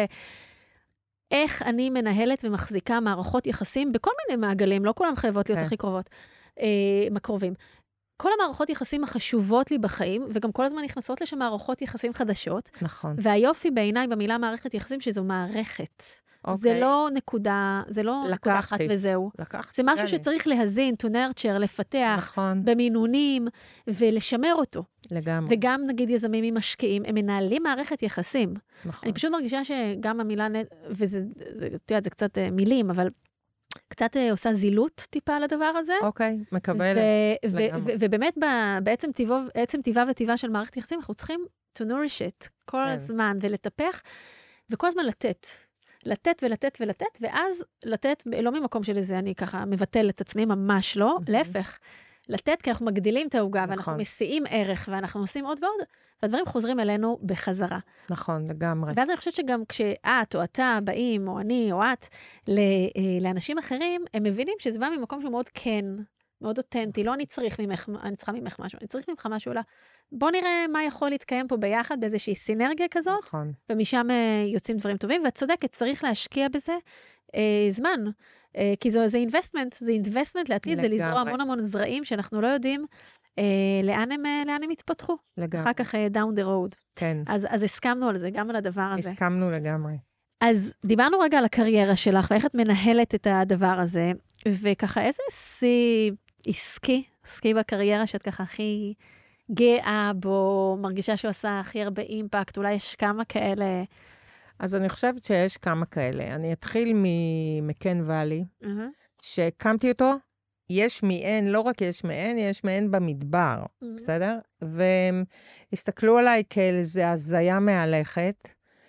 איך אני מנהלת ומחזיקה מערכות יחסים בכל מיני מעגלים, לא כולם חייבות להיות הכי קרובות, אה, מקרובים. כל המערכות יחסים החשובות לי בחיים, וגם כל הזמן נכנסות לשם מערכות יחסים חדשות. נכון. והיופי בעיניי במילה מערכת יחסים, שזו מערכת. אוקיי. זה לא נקודה, זה לא נקודה אחת וזהו. לקחתי. זה משהו שצריך להזין, to nurture, לפתח, נכון. במינונים, ולשמר אותו. לגמרי. וגם נגיד יזמים עם משקיעים, הם מנהלים מערכת יחסים. נכון. אני פשוט מרגישה שגם המילה, וזה, זה, את יודעת, זה קצת מילים, אבל קצת עושה זילות טיפה על הדבר הזה. אוקיי, מקבלת. ובאמת, בעצם טבעה וטבעה של מערכת יחסים, אנחנו צריכים to nourish it כל הזמן, ולטפח, וכל הזמן לתת. לתת ולתת ולתת, ואז לתת, לא ממקום של איזה, אני ככה מבטל את עצמי, ממש לא, להפך. לתת, כי אנחנו מגדילים את ההוגה, ואנחנו מסיעים ערך, ואנחנו עושים עוד ועוד, והדברים חוזרים אלינו בחזרה. נכון, לגמרי. ואז אני חושבת שגם כשאת או אתה באים, או אני או את, לאנשים אחרים, הם מבינים שזה בא ממקום שהוא מאוד כן, מאוד אותנטי, לא אני צריך ממך, אני צריכה ממך משהו, אני צריך ממך משהו, בוא נראה מה יכול להתקיים פה ביחד, באיזושהי סינרגיה כזאת, נכון. ומשם יוצאים דברים טובים, ואת צודקת, צריך להשקיע בזה זמן, כי זה investment, זה investment לעתיד, זה לזרוע המון המון זרעים שאנחנו לא יודעים לאן הם, לאן הם התפתחו? לגמרי. אחר כך down the road. כן. אז, אז הסכמנו על זה, גם על הדבר הזה. הסכמנו לגמרי. אז דיברנו רגע על הקריירה שלך, ואיך את מנהלת את הדבר הזה, וככה איזה שיא עסקי, עסקי בקריירה שאת ככה הכי גאה בו, מרגישה שהוא עשה הכי הרבה אימפקט, אולי יש כמה כאלה. אז אני חושבת שיש כמה כאלה. אני אתחיל ממקן ואלי, uh-huh. שהקמתי אותו, יש מעין, לא רק יש מעין, יש מעין במדבר, mm-hmm. בסדר? והסתכלו עליי כאיזו הזיה מהלכת,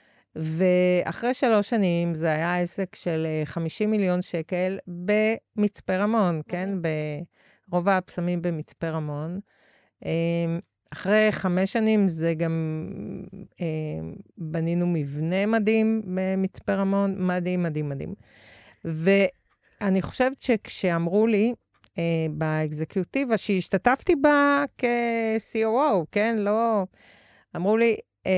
ואחרי שלוש שנים זה היה עסק של חמישים מיליון שקל במצפה רמון, mm-hmm. כן? ברוב הפסמים במצפה רמון. אחרי חמש שנים זה גם בנינו מבנה מדהים במצפה רמון, מדהים, מדהים, מדהים. ואני חושבת שכשאמרו לי, באקזקיוטיבה שהשתתפתי בה כ-סי או או, כן? לא... אמרו לי,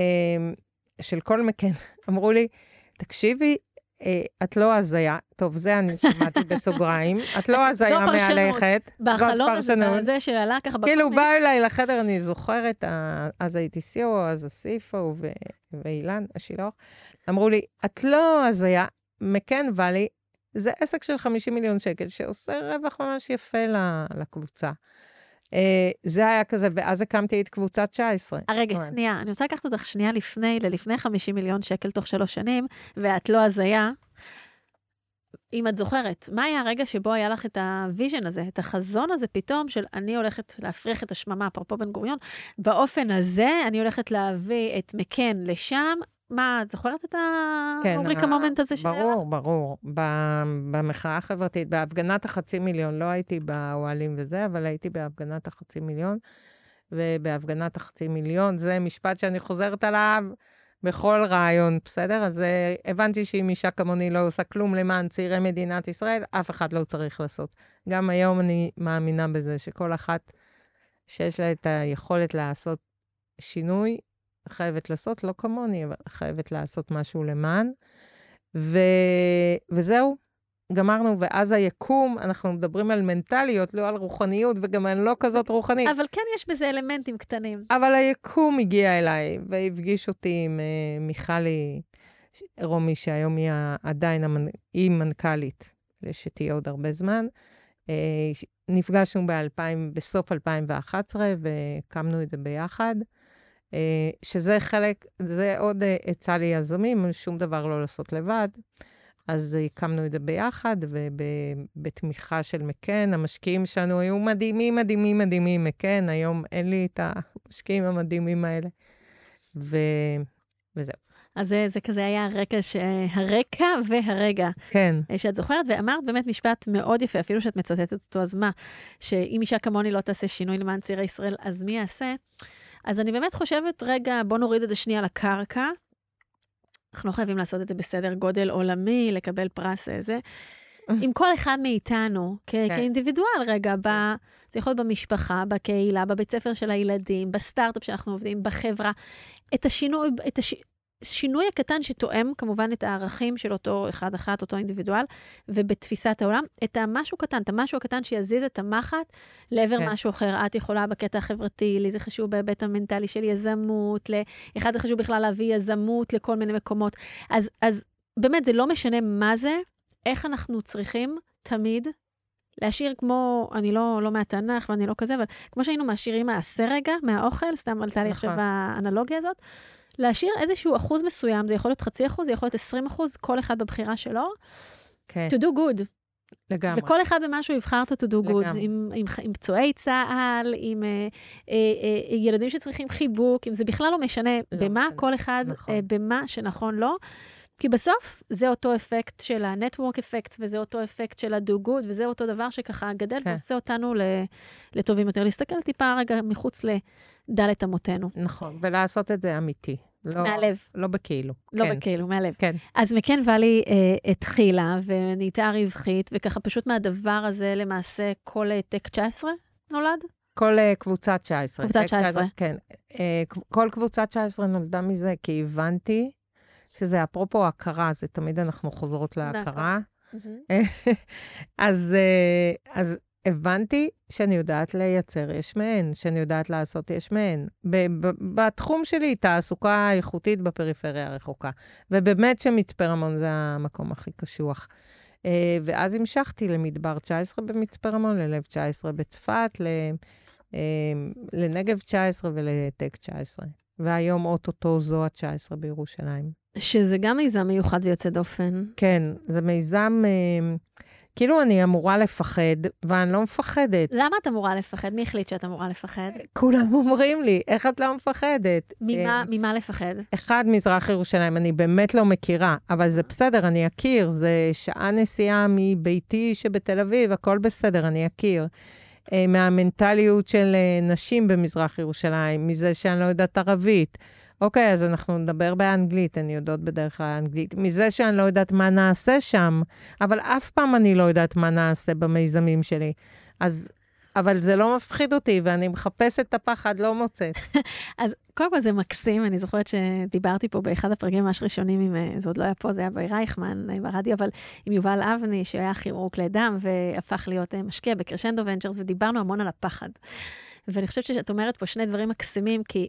של כל מכן, אמרו לי, תקשיבי, את לא הזיה, טוב, זה אני שמעתי בסוגריים, את לא הזיה מהלכת. בחלום הזה שעלה ככה בקומץ. כאילו, בא אליי לחדר, אני זוכרת, אז הייתי סי או או, אז הסיפו ואילן, השילוח, אמרו לי, את לא הזיה, מכן ואלי, זה עסק של חמישים מיליון שקל, שעושה רווח ממש יפה לקבוצה. זה היה כזה, ואז הקמתי את קבוצת תשע עשרה. רגע, שנייה, אני רוצה לקחת אותך שנייה לפני, ללפני חמישים מיליון שקל תוך שלוש שנים, ואת לא הזיה, אם את זוכרת, מה היה הרגע שבו היה לך את הוויז'ן הזה, את החזון הזה פתאום, של אני הולכת להפריך את השממה, אפרופו בן גוריון, באופן הזה אני הולכת להביא את מקן לשם, מה, את זוכרת את האוריק המומנט הזה שהיה לך? ברור, ברור. במחאה החברתית, בהפגנת החצי מיליון, לא הייתי באוהלים וזה, אבל הייתי בהפגנת החצי מיליון, ובהפגנת החצי מיליון, זה משפט שאני חוזרת עליו בכל רעיון, בסדר? אז הבנתי שאם אישה כמוני לא עושה כלום למען צעירי מדינת ישראל, אף אחד לא צריך לעשות. גם היום אני מאמינה בזה, שכל אחת שיש לה את היכולת לעשות שינוי, חייבת לעשות, לא כמוני, אבל חייבת לעשות משהו למען. ו... וזהו, גמרנו, ואז היקום, אנחנו מדברים על מנטליות, לא על רוחניות, וגם אני לא כזאת רוחנית. אבל כן יש בזה אלמנטים קטנים. אבל היקום הגיע אליי, והפגיש אותי עם uh, מיכלי רומי, שהיום היא עדיין המנ... היא מנכ"לית, שתהיה עוד הרבה זמן. Uh, נפגשנו ב-אלפיים, בסוף אלפיים ואחת עשרה, וקמנו את זה ביחד. שזה חלק, זה עוד עצה לי יזמים, שום דבר לא לעשות לבד. אז הקמנו את זה ביחד, ובתמיכה של מקן, המשקיעים שלנו היו מדהימים, מדהימים, מדהימים, מקן, היום אין לי את המשקיעים המדהימים האלה. ו... וזהו. אז זה, זה כזה היה הרקע, ש... הרקע והרגע. כן. שאת זוכרת, ואמרת באמת משפט מאוד יפה, אפילו שאת מצטטת אותו, אז מה? שאם אישה כמוני לא תעשה שינוי למען צעירי ישראל, אז מי יעשה? אז אני באמת חושבת, רגע, בוא נוריד את זה שנייה לקרקע. אנחנו לא חייבים לעשות את זה בסדר גודל עולמי, לקבל פרס איזה. עם כל אחד מאיתנו, כ- כאינדיבידואל רגע, ב... זה יכול להיות במשפחה, בקהילה, בבית ספר של הילדים, בסטארט-אפ שאנחנו עובדים, בחברה. את השינוי, את הש... שינוי הקטן שתואם כמובן את הערכים של אותו אחד-אחת, אותו אינדיבידואל, ובתפיסת העולם, את המשהו קטן, את המשהו הקטן שיזיז את המחט לעבר כן. משהו אחר. את יכולה בקטע החברתי, לי זה חשוב בהיבט המנטלי של יזמות, לאחד זה חשוב בכלל להביא יזמות לכל מיני מקומות. אז, אז באמת זה לא משנה מה זה, איך אנחנו צריכים תמיד להשאיר כמו, אני לא, לא מהתנ"ך ואני לא כזה, אבל כמו שהיינו מעשירים מעשה רגע, מהאוכל, סתם עלתה לי עכשיו האנלוגיה הזאת, להשאיר איזשהו אחוז מסוים, זה יכול להיות חצי אחוז, זה יכול להיות עשרים אחוז, כל אחד בבחירה שלו, okay. to do good. לגמרי. וכל אחד במשהו יבחר אותו to do good, עם, עם, עם פצועי צהל, עם אה, אה, אה, ילדים שצריכים חיבוק, אם זה בכלל לא משנה לא במה, משנה. כל אחד, נכון. אה, במה שנכון לו, כי בסוף זה אותו אפקט של ה-network effect, וזה אותו אפקט של ה-do good, וזה אותו דבר שככה גדל כן. ועושה אותנו לטובים יותר. להסתכל טיפה רגע מחוץ לדלת אמותינו. נכון, ולעשות את זה אמיתי. לא, מהלב. לא בכאילו. לא כן. בכאילו, מהלב. כן. אז מקן ואלי אה, התחילה, ונהייתה רווחית, וככה פשוט מהדבר הזה למעשה כל טק תשע עשרה נולד? כל uh, קבוצת תשע עשרה. קבוצת תשע עשרה. כן. Uh, כל קבוצת תשע עשרה נולדה מזה, כי הבנתי שזה אפרופו הכרה, זה תמיד אנחנו חוזרות להכרה. אז, אז הבנתי שאני יודעת לייצר יש מאין, שאני יודעת לעשות יש מאין. ב- ב- בתחום שלי, תעסוקה איכותית בפריפריה הרחוקה. ובאמת שמצפה רמון זה המקום הכי קשוח. Uh, ואז המשכתי למדבר תשע עשרה במצפה רמון, ללב תשע עשרה בצפת, ל, uh, לנגב תשע עשרה ולטק תשע עשרה. והיום אוטוטו זו ה-תשע עשרה בירושלים. שזה גם מיזם מיוחד ויוצא דופן. כן, זה מיזם, uh, כאילו אני אמורה לפחד, ואני לא מפחדת. למה את אמורה לפחד? מי החליט שאת אמורה לפחד? כולם אומרים לי, איך את לא מפחדת? ממה, ממה לפחד? אחד, מזרח ירושלים, אני באמת לא מכירה, אבל זה בסדר, אני אכיר, זה שעה נסיעה מביתי שבתל אביב, הכל בסדר, אני אכיר. מהמנטליות של נשים במזרח ירושלים, מזה שאני לא יודעת ערבית. אוקיי, אז אנחנו נדבר באנגלית, אני יודעת בדרך כלל אנגלית. מזה שאני לא יודעת מה נעשה שם, אבל אף פעם אני לא יודעת מה נעשה במיזמים שלי. אז, אבל זה לא מפחיד אותי, ואני מחפשת את הפחד, לא מוצאת. אז קודם כל זה מקסים, אני זוכרת שדיברתי פה באחד הפרקים ממש ראשונים, עם, זה עוד לא היה פה, זה היה ברייכמן, ברדיו, אבל עם יובל אבני, שהיה כירורג לדם, והפך להיות משקיע בקרשנדו ונצ'רס, ודיברנו המון על הפחד. ואני חושבת שאת אומרת פה שני דברים מקסימים, כי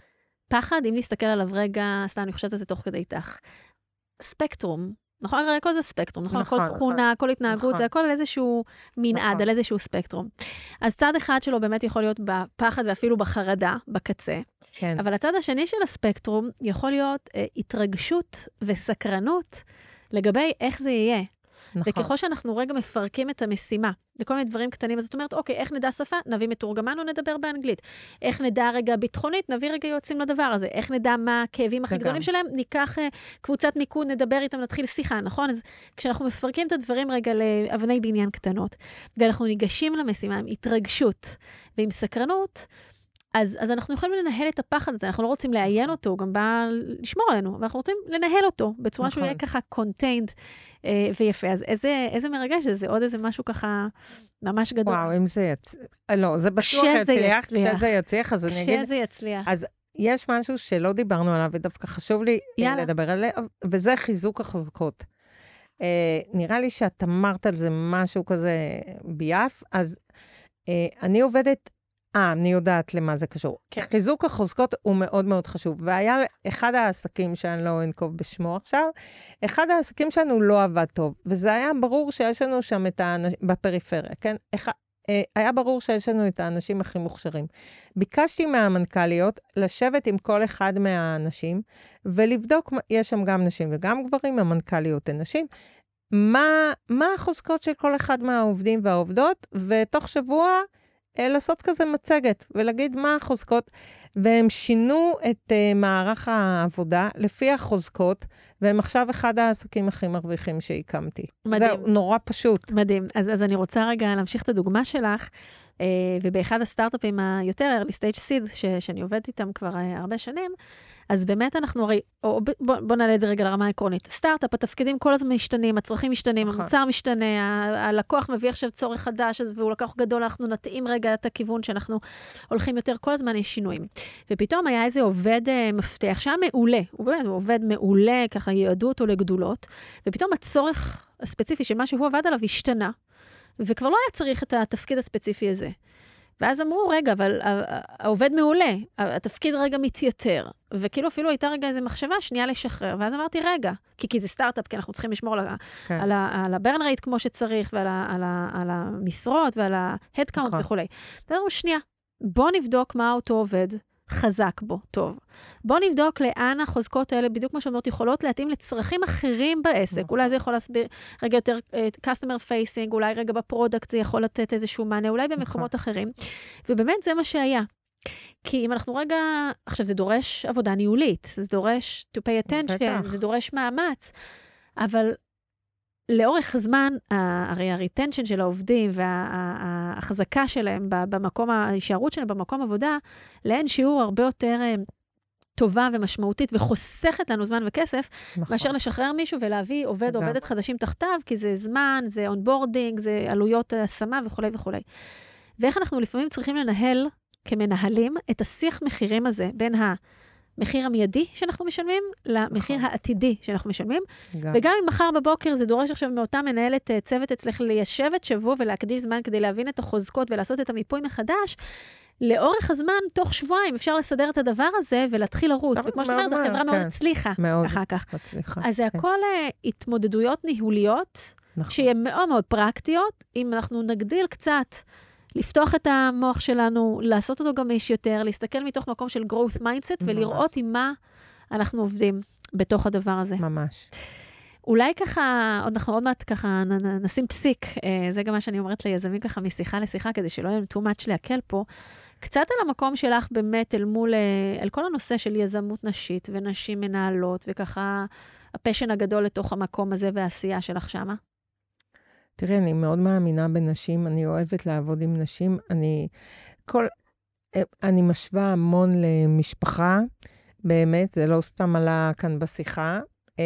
פחד, אם נסתכל עליו רגע, סתם, אני חושבת על זה תוך כדי איתך. ספקטרום, נכון? הרי הכל זה ספקטרום, נכון? נכון, כל תכונה, נכון. כל התנהגות, נכון. זה הכל על איזשהו מנעד, נכון. על איזשהו ספקטרום. אז צד אחד שלו באמת יכול להיות בפחד ואפילו בחרדה, בקצה. כן. אבל הצד השני של הספקטרום יכול להיות אה, התרגשות וסקרנות לגבי איך זה יהיה. נכון. וככל שאנחנו רגע מפרקים את המשימה, לכל מיני דברים קטנים, אז זאת אומרת, אוקיי, איך נדע שפה? נביא מתורגמן או נדבר באנגלית. איך נדע רגע ביטחונית? נביא רגע יועצים לדבר הזה. איך נדע מה הכאבים הכי גדולים שלהם? ניקח uh, קבוצת מיקוד, נדבר איתם, נתחיל שיחה, נכון? אז כשאנחנו מפרקים את הדברים רגע לאבני בניין קטנות, ואנחנו ניגשים למשימה עם התרגשות ועם סקרנות, אז, אז אנחנו יכולים לנהל את הפחד הזה, אנחנו לא רוצים לעיין אותו, הוא גם בא לשמור עלינו, אבל אנחנו רוצים לנהל אותו, בצורה שהוא יהיה ככה contained אה, ויפה. אז איזה, איזה מרגש זה, זה עוד איזה משהו ככה ממש גדול. וואו, אם זה יצליח, לא, זה בטוח יצליח, כשזה יצליח, אז אני אגיד, כשזה יצליח. אז יש משהו שלא דיברנו עליו, ודווקא חשוב לי יאללה. לדבר עליו, וזה חיזוק החוזקות. אה, נראה לי שאת אמרת על זה משהו כזה ביעף, אז אה, אני עובדת, אה, אני יודעת למה זה קשור. כן. חיזוק החוזקות הוא מאוד מאוד חשוב, והיה אחד העסקים שאני לא אנקוב בשמו עכשיו, אחד העסקים שלנו לא עבד טוב, וזה היה ברור שיש לנו שם את האנשים, בפריפריה, כן? אחד, אה, היה ברור שיש לנו את האנשים הכי מוכשרים. ביקשתי מהמנכ"ליות לשבת עם כל אחד מהאנשים, ולבדוק, יש שם גם נשים וגם גברים, המנכ"ליות הן נשים, מה, מה החוזקות של כל אחד מהעובדים והעובדות, ותוך שבוע לעשות כזה מצגת, ולהגיד מה החוזקות, והם שינו את uh, מערך העבודה לפי החוזקות, והם עכשיו אחד העסקים הכי מרוויחים שהקמתי. מדהים. זה נורא פשוט. מדהים. אז, אז אני רוצה רגע להמשיך את הדוגמה שלך, אה, ובאחד הסטארט-אפים היותר early stage seed, ש, שאני עובדת איתם כבר אה, הרבה שנים, אז באמת אנחנו הרי, או, בוא, בוא נעלה את זה רגע לרמה העקרונית. סטארט-אפ, התפקידים כל הזמן משתנים, הצרכים משתנים, נכון. המוצר משתנה, ה- הלקוח מביא עכשיו צורך חדש, אז והוא לקוח גדול, אנחנו נתאים רגע את הכיוון שאנחנו הולכים יותר, כל הזמן יש שינויים. ופתאום היה איזה עובד אה, מפתח, שהיה מעולה, הוא באמת הוא עובד מעולה, ככה ייעדו אותו לגדולות, ופתאום הצורך הספציפי של מה שהוא עבד עליו השתנה, וכבר לא היה צריך את התפקיד הספציפי הזה. ואז אמרו, רגע, אבל העובד מעולה, התפקיד רגע מתייתר, וכאילו אפילו הייתה רגע איזו מחשבה שנייה לשחרר, ואז אמרתי, רגע, כי, כי זה סטארט-אפ, כי אנחנו צריכים לשמור על, כן. על, ה, על הברן רייט כמו שצריך, ועל ה, על ה, על המשרות, ועל ההדקאונט וכו'. ואמרו, שנייה, בוא נבדוק מה אותו עובד חזק בו, טוב. בוא נבדוק לאן החוזקות האלה, בדיוק כמו שאומרות, יכולות להתאים לצרכים אחרים בעסק. אולי זה יכול להסביר רגע יותר uh, customer facing, אולי רגע בפרודקט זה יכול לתת איזשהו מענה, אולי במקומות אחרים. ובאמת זה מה שהיה. כי אם אנחנו רגע, עכשיו זה דורש עבודה ניהולית, זה דורש to pay attention, זה דורש מאמץ, אבל לאורך זמן, הרי הריטנשן של העובדים וההחזקה שלהם במקום, ההישארות שלהם במקום עבודה, לאין שיעור הרבה יותר טובה ומשמעותית וחוסכת לנו זמן וכסף, נכון. מאשר לשחרר מישהו ולהביא עובד או עובדת חדשים תחתיו, כי זה זמן, זה אונבורדינג, זה עלויות השמה וכו' וכו'. ואיך אנחנו לפעמים צריכים לנהל כמנהלים את השיח מחירים הזה בין ה... המחיר המיידי שאנחנו משלמים, למחיר נכון. העתידי שאנחנו משלמים. גם. וגם אם מחר בבוקר זה דורש עכשיו מאותה מנהלת אה, צוות אצלך ליישב את שבוע ולהקדיש זמן כדי להבין את החוזקות ולעשות את המיפוי מחדש, לאורך הזמן, תוך שבועיים, אפשר לסדר את הדבר הזה ולהתחיל לרוץ. וכמו שאת אומרת, החברה מאוד הצליחה אחר כך. אז זה הכל התמודדויות ניהוליות, שהן מאוד מאוד פרקטיות. אם אנחנו נגדיל קצת, לפתוח את המוח שלנו, לעשות אותו גמיש יותר, להסתכל מתוך מקום של growth mindset, ולראות עם מה אנחנו עובדים בתוך הדבר הזה. ממש. אולי ככה, עוד אנחנו עוד מעט ככה נשים פסיק, זה גם מה שאני אומרת ליזמים ככה משיחה לשיחה, כדי שלא יהיה too much להקל פה, קצת על המקום שלך באמת אל מול, אל כל הנושא של יזמות נשית ונשים מנהלות, וככה הפשן הגדול לתוך המקום הזה והעשייה שלך שמה. תראי, אני מאוד מאמינה בנשים, אני אוהבת לעבוד עם נשים, אני, כל, אני משווה המון למשפחה, באמת, זה לא סתם עלה כאן בשיחה.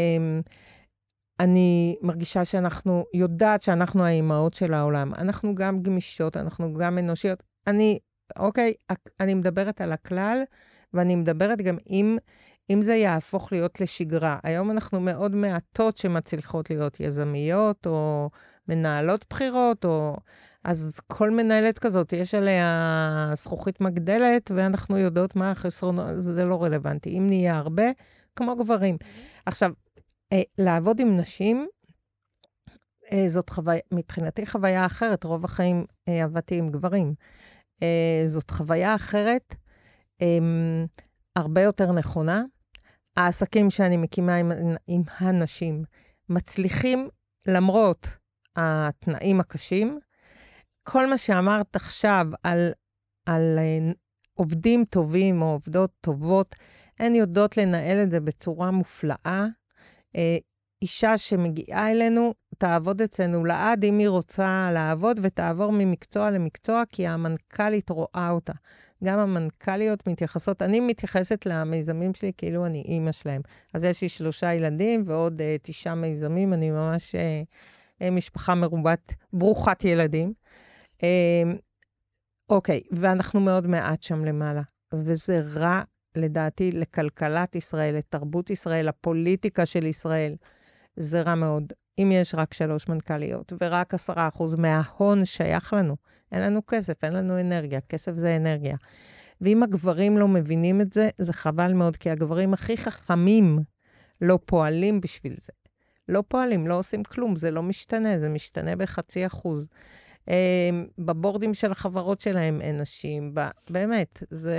אני מרגישה שאנחנו, יודעת שאנחנו האימהות של העולם, אנחנו גם גמישות, אנחנו גם אנושיות. אני, אוקיי, אני מדברת על הכלל, ואני מדברת גם אם, אם זה יהפוך להיות לשגרה. היום אנחנו מאוד מעטות שמצליחות להיות יזמיות, או מנהלות בחירות, או... אז כל מנהלת כזאת, יש עליה זכוכית מגדלת, ואנחנו יודעות מה החסרונות, זה לא רלוונטי. אם נהיה הרבה, כמו גברים. עכשיו, אה, לעבוד עם נשים, אה, זאת חוויה, מבחינתי חוויה אחרת, רוב החיים אה, עבדתי עם גברים. אה, זאת חוויה אחרת, אה, הרבה יותר נכונה. העסקים שאני מקימה עם, עם הנשים, מצליחים למרות התנאים הקשים. כל מה שאמרת עכשיו על, על uh, עובדים טובים או עובדות טובות, הן יודעות לנהל את זה בצורה מופלאה. Uh, אישה שמגיעה אלינו, תעבוד אצלנו לעד אם היא רוצה לעבוד, ותעבור ממקצוע למקצוע, כי המנכ"לית רואה אותה. גם המנכ"ליות מתייחסות, אני מתייחסת למיזמים שלי כאילו אני אימא שלהם. אז יש לי שלושה ילדים ועוד uh, תשעה מיזמים, אני ממש uh, משפחה מרובת, ברוכת ילדים. Uh, אוקיי, ואנחנו מאוד מעט שם למעלה, וזה רע לדעתי לכלכלת ישראל, לתרבות ישראל, לפוליטיקה של ישראל. זה רע מאוד. אם יש רק שלוש מנכ"ליות, ורק עשרה אחוז מההון שייך לנו, אין לנו כסף, אין לנו אנרגיה, כסף זה אנרגיה. ואם הגברים לא מבינים את זה, זה חבל מאוד, כי הגברים הכי חכמים לא פועלים בשביל זה. לא פועלים, לא עושים כלום, זה לא משתנה, זה משתנה בחצי אחוז. בבורדים של החברות שלהם אין נשים, באמת, זה...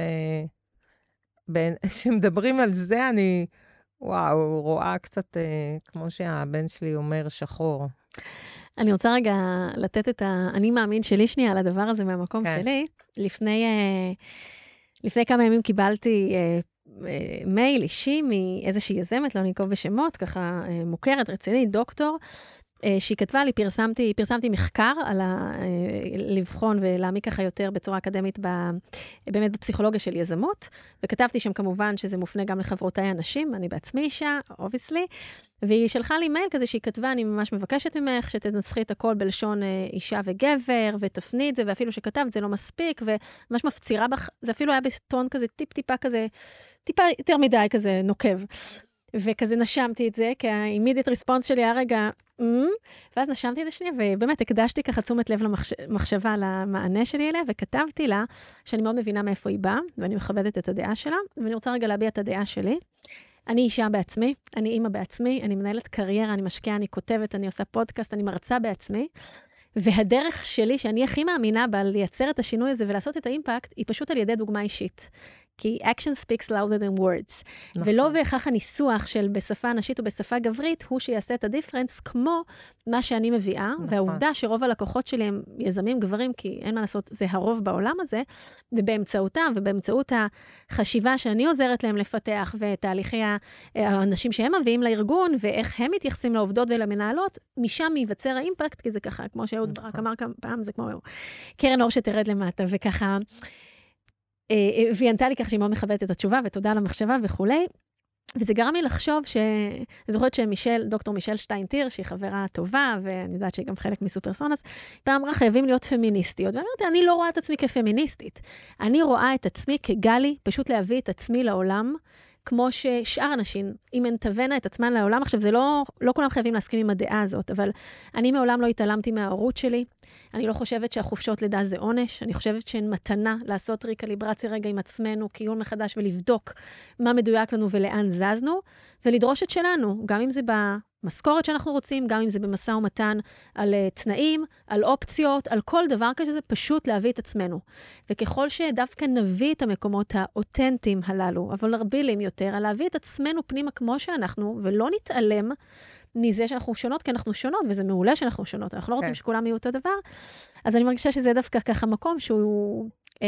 כשמדברים על זה, אני... וואו, רואה קצת, אה, כמו שהבן שלי אומר, שחור. אני רוצה רגע לתת את ה... אני מאמין שלי שנייה על הדבר הזה מהמקום כן. שלי. לפני, אה, לפני כמה ימים קיבלתי אה, אה, מייל אישי מאיזושהי יזמת, לא ננקוב בשמות, ככה אה, מוכרת, רצינית, דוקטור, אה, שהיא כתבה לי, פרסמתי, פרסמתי מחקר על ה, אה, לבחון ולהעמיק ככה יותר בצורה אקדמית, ב, באמת בפסיכולוגיה של יזמות, וכתבתי שם כמובן שזה מופנה גם לחברותיי אנשים, אני בעצמי אישה, obviously, והיא שלחה לי מייל כזה שהיא כתבה, אני ממש מבקשת ממך שתנסחי את הכל בלשון אה, אישה וגבר, ותפני את זה, ואפילו שכתבת זה לא מספיק, וממש מפצירה בך, זה אפילו היה בטון כזה, טיפ-טיפה כזה, טיפה יותר מדי כזה נוקב. וכזה נשמתי את זה, כי ה-immediate response שלי היה רגע, mm, ואז נשמתי את זה שנייה, ובאמת הקדשתי ככה תשומת לב למחשבה למענה שלי אליה, וכתבתי לה שאני מאוד מבינה מאיפה היא באה, ואני מכבדת את הדעה שלה, ואני רוצה רגע להביע את הדעה שלי. אני אישה בעצמי, אני אימא בעצמי, אני מנהלת קריירה, אני משקיעה, אני כותבת, אני עושה פודקאסט, אני מרצה בעצמי, והדרך שלי, שאני הכי מאמינה בה לייצר את השינוי הזה ולעשות את האימפקט, היא פשוט על ידי דוגמה אישית. כי action speaks louder than words. נכון. ולא בהכרח הניסוח של בשפה נשית או בשפה גברית, הוא שיעשה את הדיפרנס, כמו מה שאני מביאה, נכון. והעובדה שרוב הלקוחות שלי הם יזמים גברים, כי אין מה לעשות, זה הרוב בעולם הזה, ובאמצעותם ובאמצעות החשיבה שאני עוזרת להם לפתח, ותהליכי האנשים שהם מביאים לארגון, ואיך הם מתייחסים לעובדות ולמנהלות, משם ייווצר האימפקט, כי זה ככה, כמו שאהוד ברק אמר כמה פעם, זה כמו קרן אור שתרד למטה, וככה... והיא ענתה לי כך שהיא מאוד מכבדת את התשובה, ותודה על המחשבה וכולי. וזה גרם לי לחשוב ש... אני זוכרת שמישל, דוקטור מישל שטיינטיר, שהיא חברה טובה, ואני יודעת שהיא גם חלק מסופרסונס, פעם אמרה, חייבים להיות פמיניסטיות. ואני אומרת, אני לא רואה את עצמי כפמיניסטית. אני רואה את עצמי כגלי, פשוט להביא את עצמי לעולם, כמו ששאר אנשים, אם הן תבנה את עצמן לעולם, עכשיו זה לא, לא כולם חייבים להסכים עם הדעה הזאת, אבל אני מעולם לא התעלמתי מההורות שלי, אני לא חושבת שהחופשות לידה זה עונש, אני חושבת שהן מתנה לעשות ריקליברציה רגע עם עצמנו, קיון מחדש ולבדוק מה מדויק לנו ולאן זזנו, ולדרוש את שלנו, גם אם זה במשכורת שאנחנו רוצים, גם אם זה במשא ומתן על uh, תנאים, על אופציות, על כל דבר כזה, זה פשוט להביא את עצמנו. וככל שדווקא נביא את המקומות האותנטיים הללו, אבל נרבילים יותר, על להביא את עצמנו פנימה כמו שאנחנו, ולא נתעלם מזה שאנחנו שונות, כי אנחנו שונות, וזה מעולה שאנחנו שונות, אנחנו לא רוצים שכולם יהיו אותו דבר, אז אני מרגישה שזה דווקא ככה מקום שהוא אה,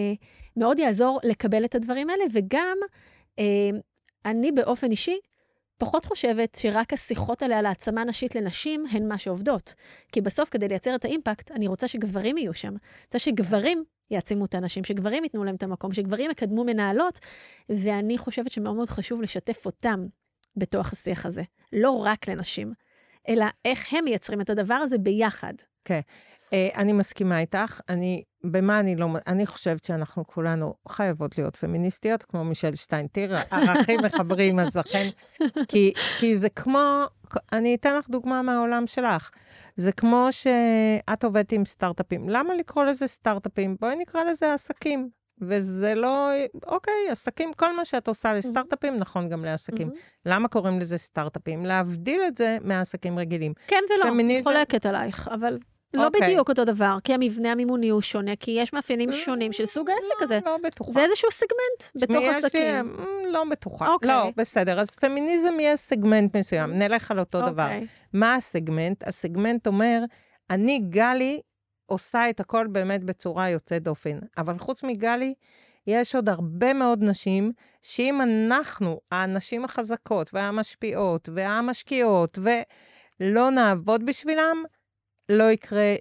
מאוד יעזור לקבל את הדברים האלה, וגם אה, אני באופן אישי, פחות חושבת שרק השיחות עליה להעצמה נשית לנשים הן מה שעובדות. כי בסוף, כדי לייצר את האימפקט, אני רוצה שגברים יהיו שם. רוצה שגברים יעצימו את האנשים, שגברים ייתנו להם את המקום, שגברים יקדמו מנהלות, ואני חושבת שמאוד מאוד חשוב לשתף אותם בתוך השיח הזה. לא רק לנשים, אלא איך הם מייצרים את הדבר הזה ביחד. כן. אני מסכימה איתך, אני, במה אני לא, אני חושבת שאנחנו כולנו חייבות להיות פמיניסטיות, כמו מישל שטיינטיר, ערכים מחברים, אז לכן, כי, כי זה כמו, אני אתן לך דוגמה מהעולם שלך, זה כמו שאת עובדת עם סטארט-אפים, למה לקרוא לזה סטארט-אפים? בואי נקרא לזה עסקים, וזה לא, אוקיי, עסקים, כל מה שאת עושה לסטארט-אפים, נכון גם לעסקים. למה קוראים לזה סטארט-אפים? להבדיל את זה מהעסקים רגילים. כן ולא, פמיניזם... חולקת עלייך, אבל... לא okay. בדיוק אותו דבר, כי המבנה המימוני הוא שונה, כי יש מאפיינים שונים של סוג העסק הזה. לא, לא בטוחה. זה איזשהו סגמנט בתוך עסקים. לי, לא בטוחה. Okay. לא, בסדר. אז פמיניזם יהיה סגמנט מסוים. נלך על אותו okay. דבר. מה הסגמנט? הסגמנט אומר, אני גלי עושה את הכל באמת בצורה יוצאת דופן. אבל חוץ מגלי, יש עוד הרבה מאוד נשים, שאם אנחנו, הנשים החזקות והמשפיעות והמשקיעות, ולא נעבוד בשבילם, לא יקרה,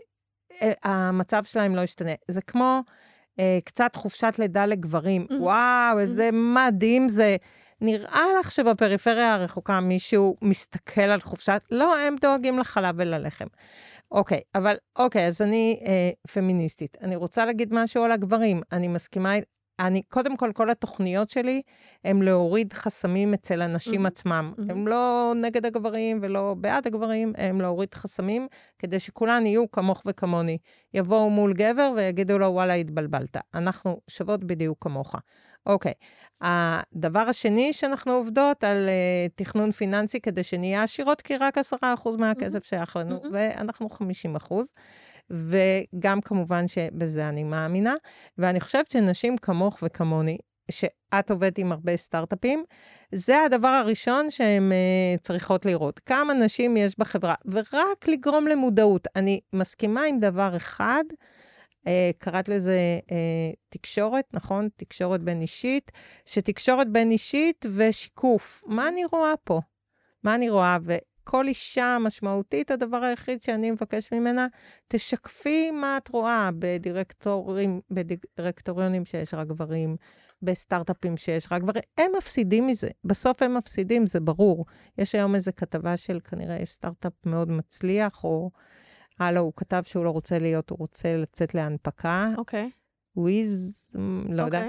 המצב שלהם לא ישתנה. זה כמו אה, קצת חופשת לידה לגברים. Mm-hmm. וואו, איזה mm-hmm. מדהים זה. נראה לך שבפריפריה הרחוקה מישהו מסתכל על חופשת, לא, הם דואגים לחלב וללחם. אוקיי, אבל אוקיי, אז אני אה, פמיניסטית. אני רוצה להגיד משהו על הגברים. אני מסכימה, אני, קודם כל, כל התוכניות שלי, הם להוריד חסמים אצל אנשים mm-hmm. עצמם. Mm-hmm. הם לא נגד הגברים ולא בעד הגברים, הם להוריד חסמים, כדי שכולן יהיו כמוך וכמוני. יבואו מול גבר ויגידו לו, וואלה, התבלבלת. אנחנו שוות בדיוק כמוך. אוקיי. הדבר השני שאנחנו עובדות על uh, תכנון פיננסי, כדי שנהיה עשירות, כי רק עשרה אחוז מהכסף mm-hmm. שייך לנו, mm-hmm. ואנחנו חמישים אחוז. וגם כמובן שבזה אני מאמינה, ואני חושבת שנשים כמוך וכמוני, שאת עובדת עם הרבה סטארט-אפים, זה הדבר הראשון שהן uh, צריכות לראות. כמה נשים יש בחברה, ורק לגרום למודעות. אני מסכימה עם דבר אחד, uh, קראת לזה uh, תקשורת, נכון? תקשורת בין אישית, שתקשורת בין אישית ושיקוף. מה אני רואה פה? מה אני רואה? ו... כל אישה משמעותית, הדבר היחיד שאני מבקש ממנה, תשקפי מה את רואה בדירקטורים, בדירקטוריונים שיש רק גברים, בסטארט-אפים שיש רק גברים, הם מפסידים מזה. בסוף הם מפסידים, זה ברור. יש היום איזו כתבה של כנראה סטארט-אפ מאוד מצליח, או הלו, הוא כתב שהוא לא רוצה להיות, הוא רוצה לצאת להנפקה. אוקיי. וויז, לא יודע.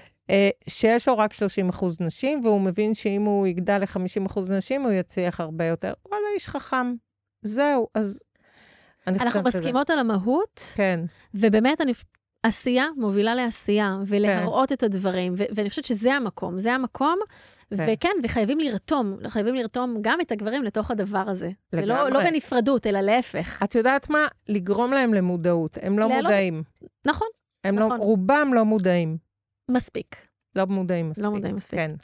שיש לו רק שלושים אחוז נשים, והוא מבין שאם הוא יגדל ל-חמישים אחוז נשים, הוא יצליח הרבה יותר. וואלה, איש חכם. זהו, אז... אנחנו מסכימות על המהות, כן. ובאמת אני... עשייה מובילה לעשייה, ולהראות את הדברים, ואני חושבת שזה המקום, זה המקום, וכן, וחייבים לרתום, חייבים לרתום גם את הגברים לתוך הדבר הזה. ולא לא בנפרדות, אלא להפך. את יודעת מה? לגרום להם למודעות. הם לא מודעים. נכון. הם לא, רובם לא מודעים. מספיק. לא מודעים מספיק. לא מודעים מספיק. כן.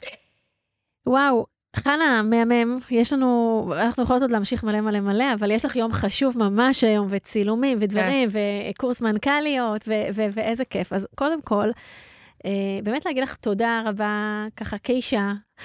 וואו, חנה, מהמם, יש לנו, אנחנו יכולות עוד להמשיך מלא מלא מלא, אבל יש לך יום חשוב ממש היום, וצילומים, ודברים, וקורס מנכ"ליות, ואיזה כיף. אז קודם כל, באמת להגיד לך תודה רבה, ככה כאישה,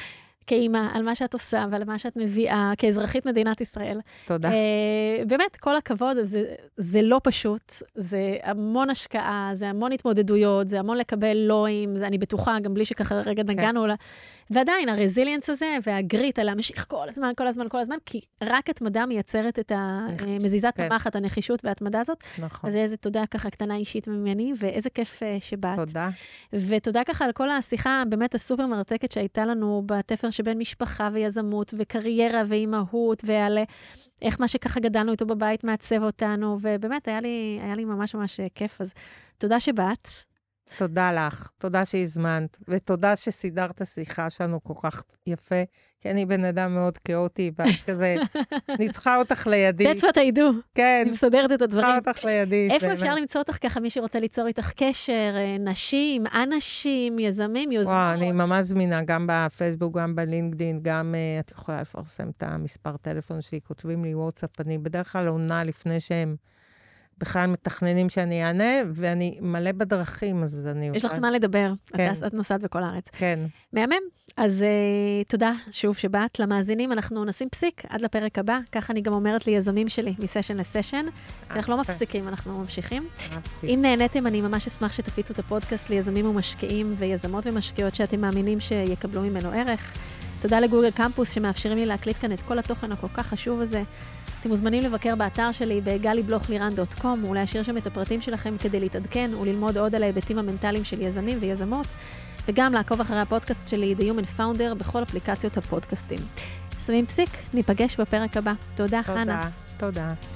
כאימא, על מה שאת עושה ועל מה שאת מביאה כאזרחית מדינת ישראל. תודה. באמת, כל הכבוד, זה, זה לא פשוט, זה המון השקעה, זה המון התמודדויות, זה המון לקבל לואים, זה אני בטוחה, גם בלי שככה רגע נגענו לה. ועדיין, הרזיליאנס הזה והגריט על להמשיך כל הזמן, כל הזמן, כל הזמן, כי רק התמדה מייצרת את המזיזת המחת, הנחישות וההתמדה הזאת. נכון. אז איזה תודה ככה קטנה אישית ממני, ואיזה כיף שבאת. תודה. ותודה ככה על כל השיחה באמת הסופר מרתקת שהייתה לנו בתפר שבין משפחה ויזמות וקריירה ואימהות, ועל איך מה שככה גדלנו איתו בבית מעצב אותנו, ובאמת היה לי, היה לי ממש ממש כיף. אז תודה שבאת. תודה לך, תודה שהזמנת, ותודה שסידרת שיחה שלנו כל כך יפה, כי אני בן אדם מאוד כאוטי, ואת כזה, אני צריכה אותך לידי. That's what I do. כן. אני מסדרת את הדברים. צריכה אותך לידי. איפה אפשר למצוא אותך ככה, מי שרוצה ליצור איתך קשר, נשים, אנשים, יזמים, יוזמות? וואו, אני ממש זמינה, גם בפייסבוק, גם בלינקדין, גם את יכולה לפרסם את המספר טלפון שלי, כותבים לי וואטסאפ, אני בדרך כלל עונה לפני שהם בכלל מתכננים שאני אענה, ואני מלא בדרכים, אז אני... יש לך זמן לדבר, כן. את נוסעת בכל הארץ. כן. מהמם. אז uh, תודה שוב שבאת. למאזינים אנחנו נשים פסיק עד לפרק הבא, ככה אני גם אומרת ליזמים שלי, מסשן לסשן. אנחנו לא מפסיקים, אנחנו ממשיכים. אם נהניתם, אני ממש אשמח שתפיצו את הפודקאסט ליזמים ומשקיעים, ויזמות ומשקיעות שאתם מאמינים שיקבלו ממנו ערך. תודה לגוגל קמפוס שמאפשרים לי להקליט כאן את כל התוכן הכל כך חשוב הזה. אתם מוזמנים לבקר באתר שלי ב-גלי בלוך לירן דוט קום ולהשאיר שם את הפרטים שלכם כדי להתעדכן וללמוד עוד על ההיבטים המנטליים של יזמים ויזמות, וגם לעקוב אחרי הפודקאסט שלי, The Human Founder, בכל אפליקציות הפודקאסטים. שמים פסיק, ניפגש בפרק הבא. תודה, חנה. תודה, תודה.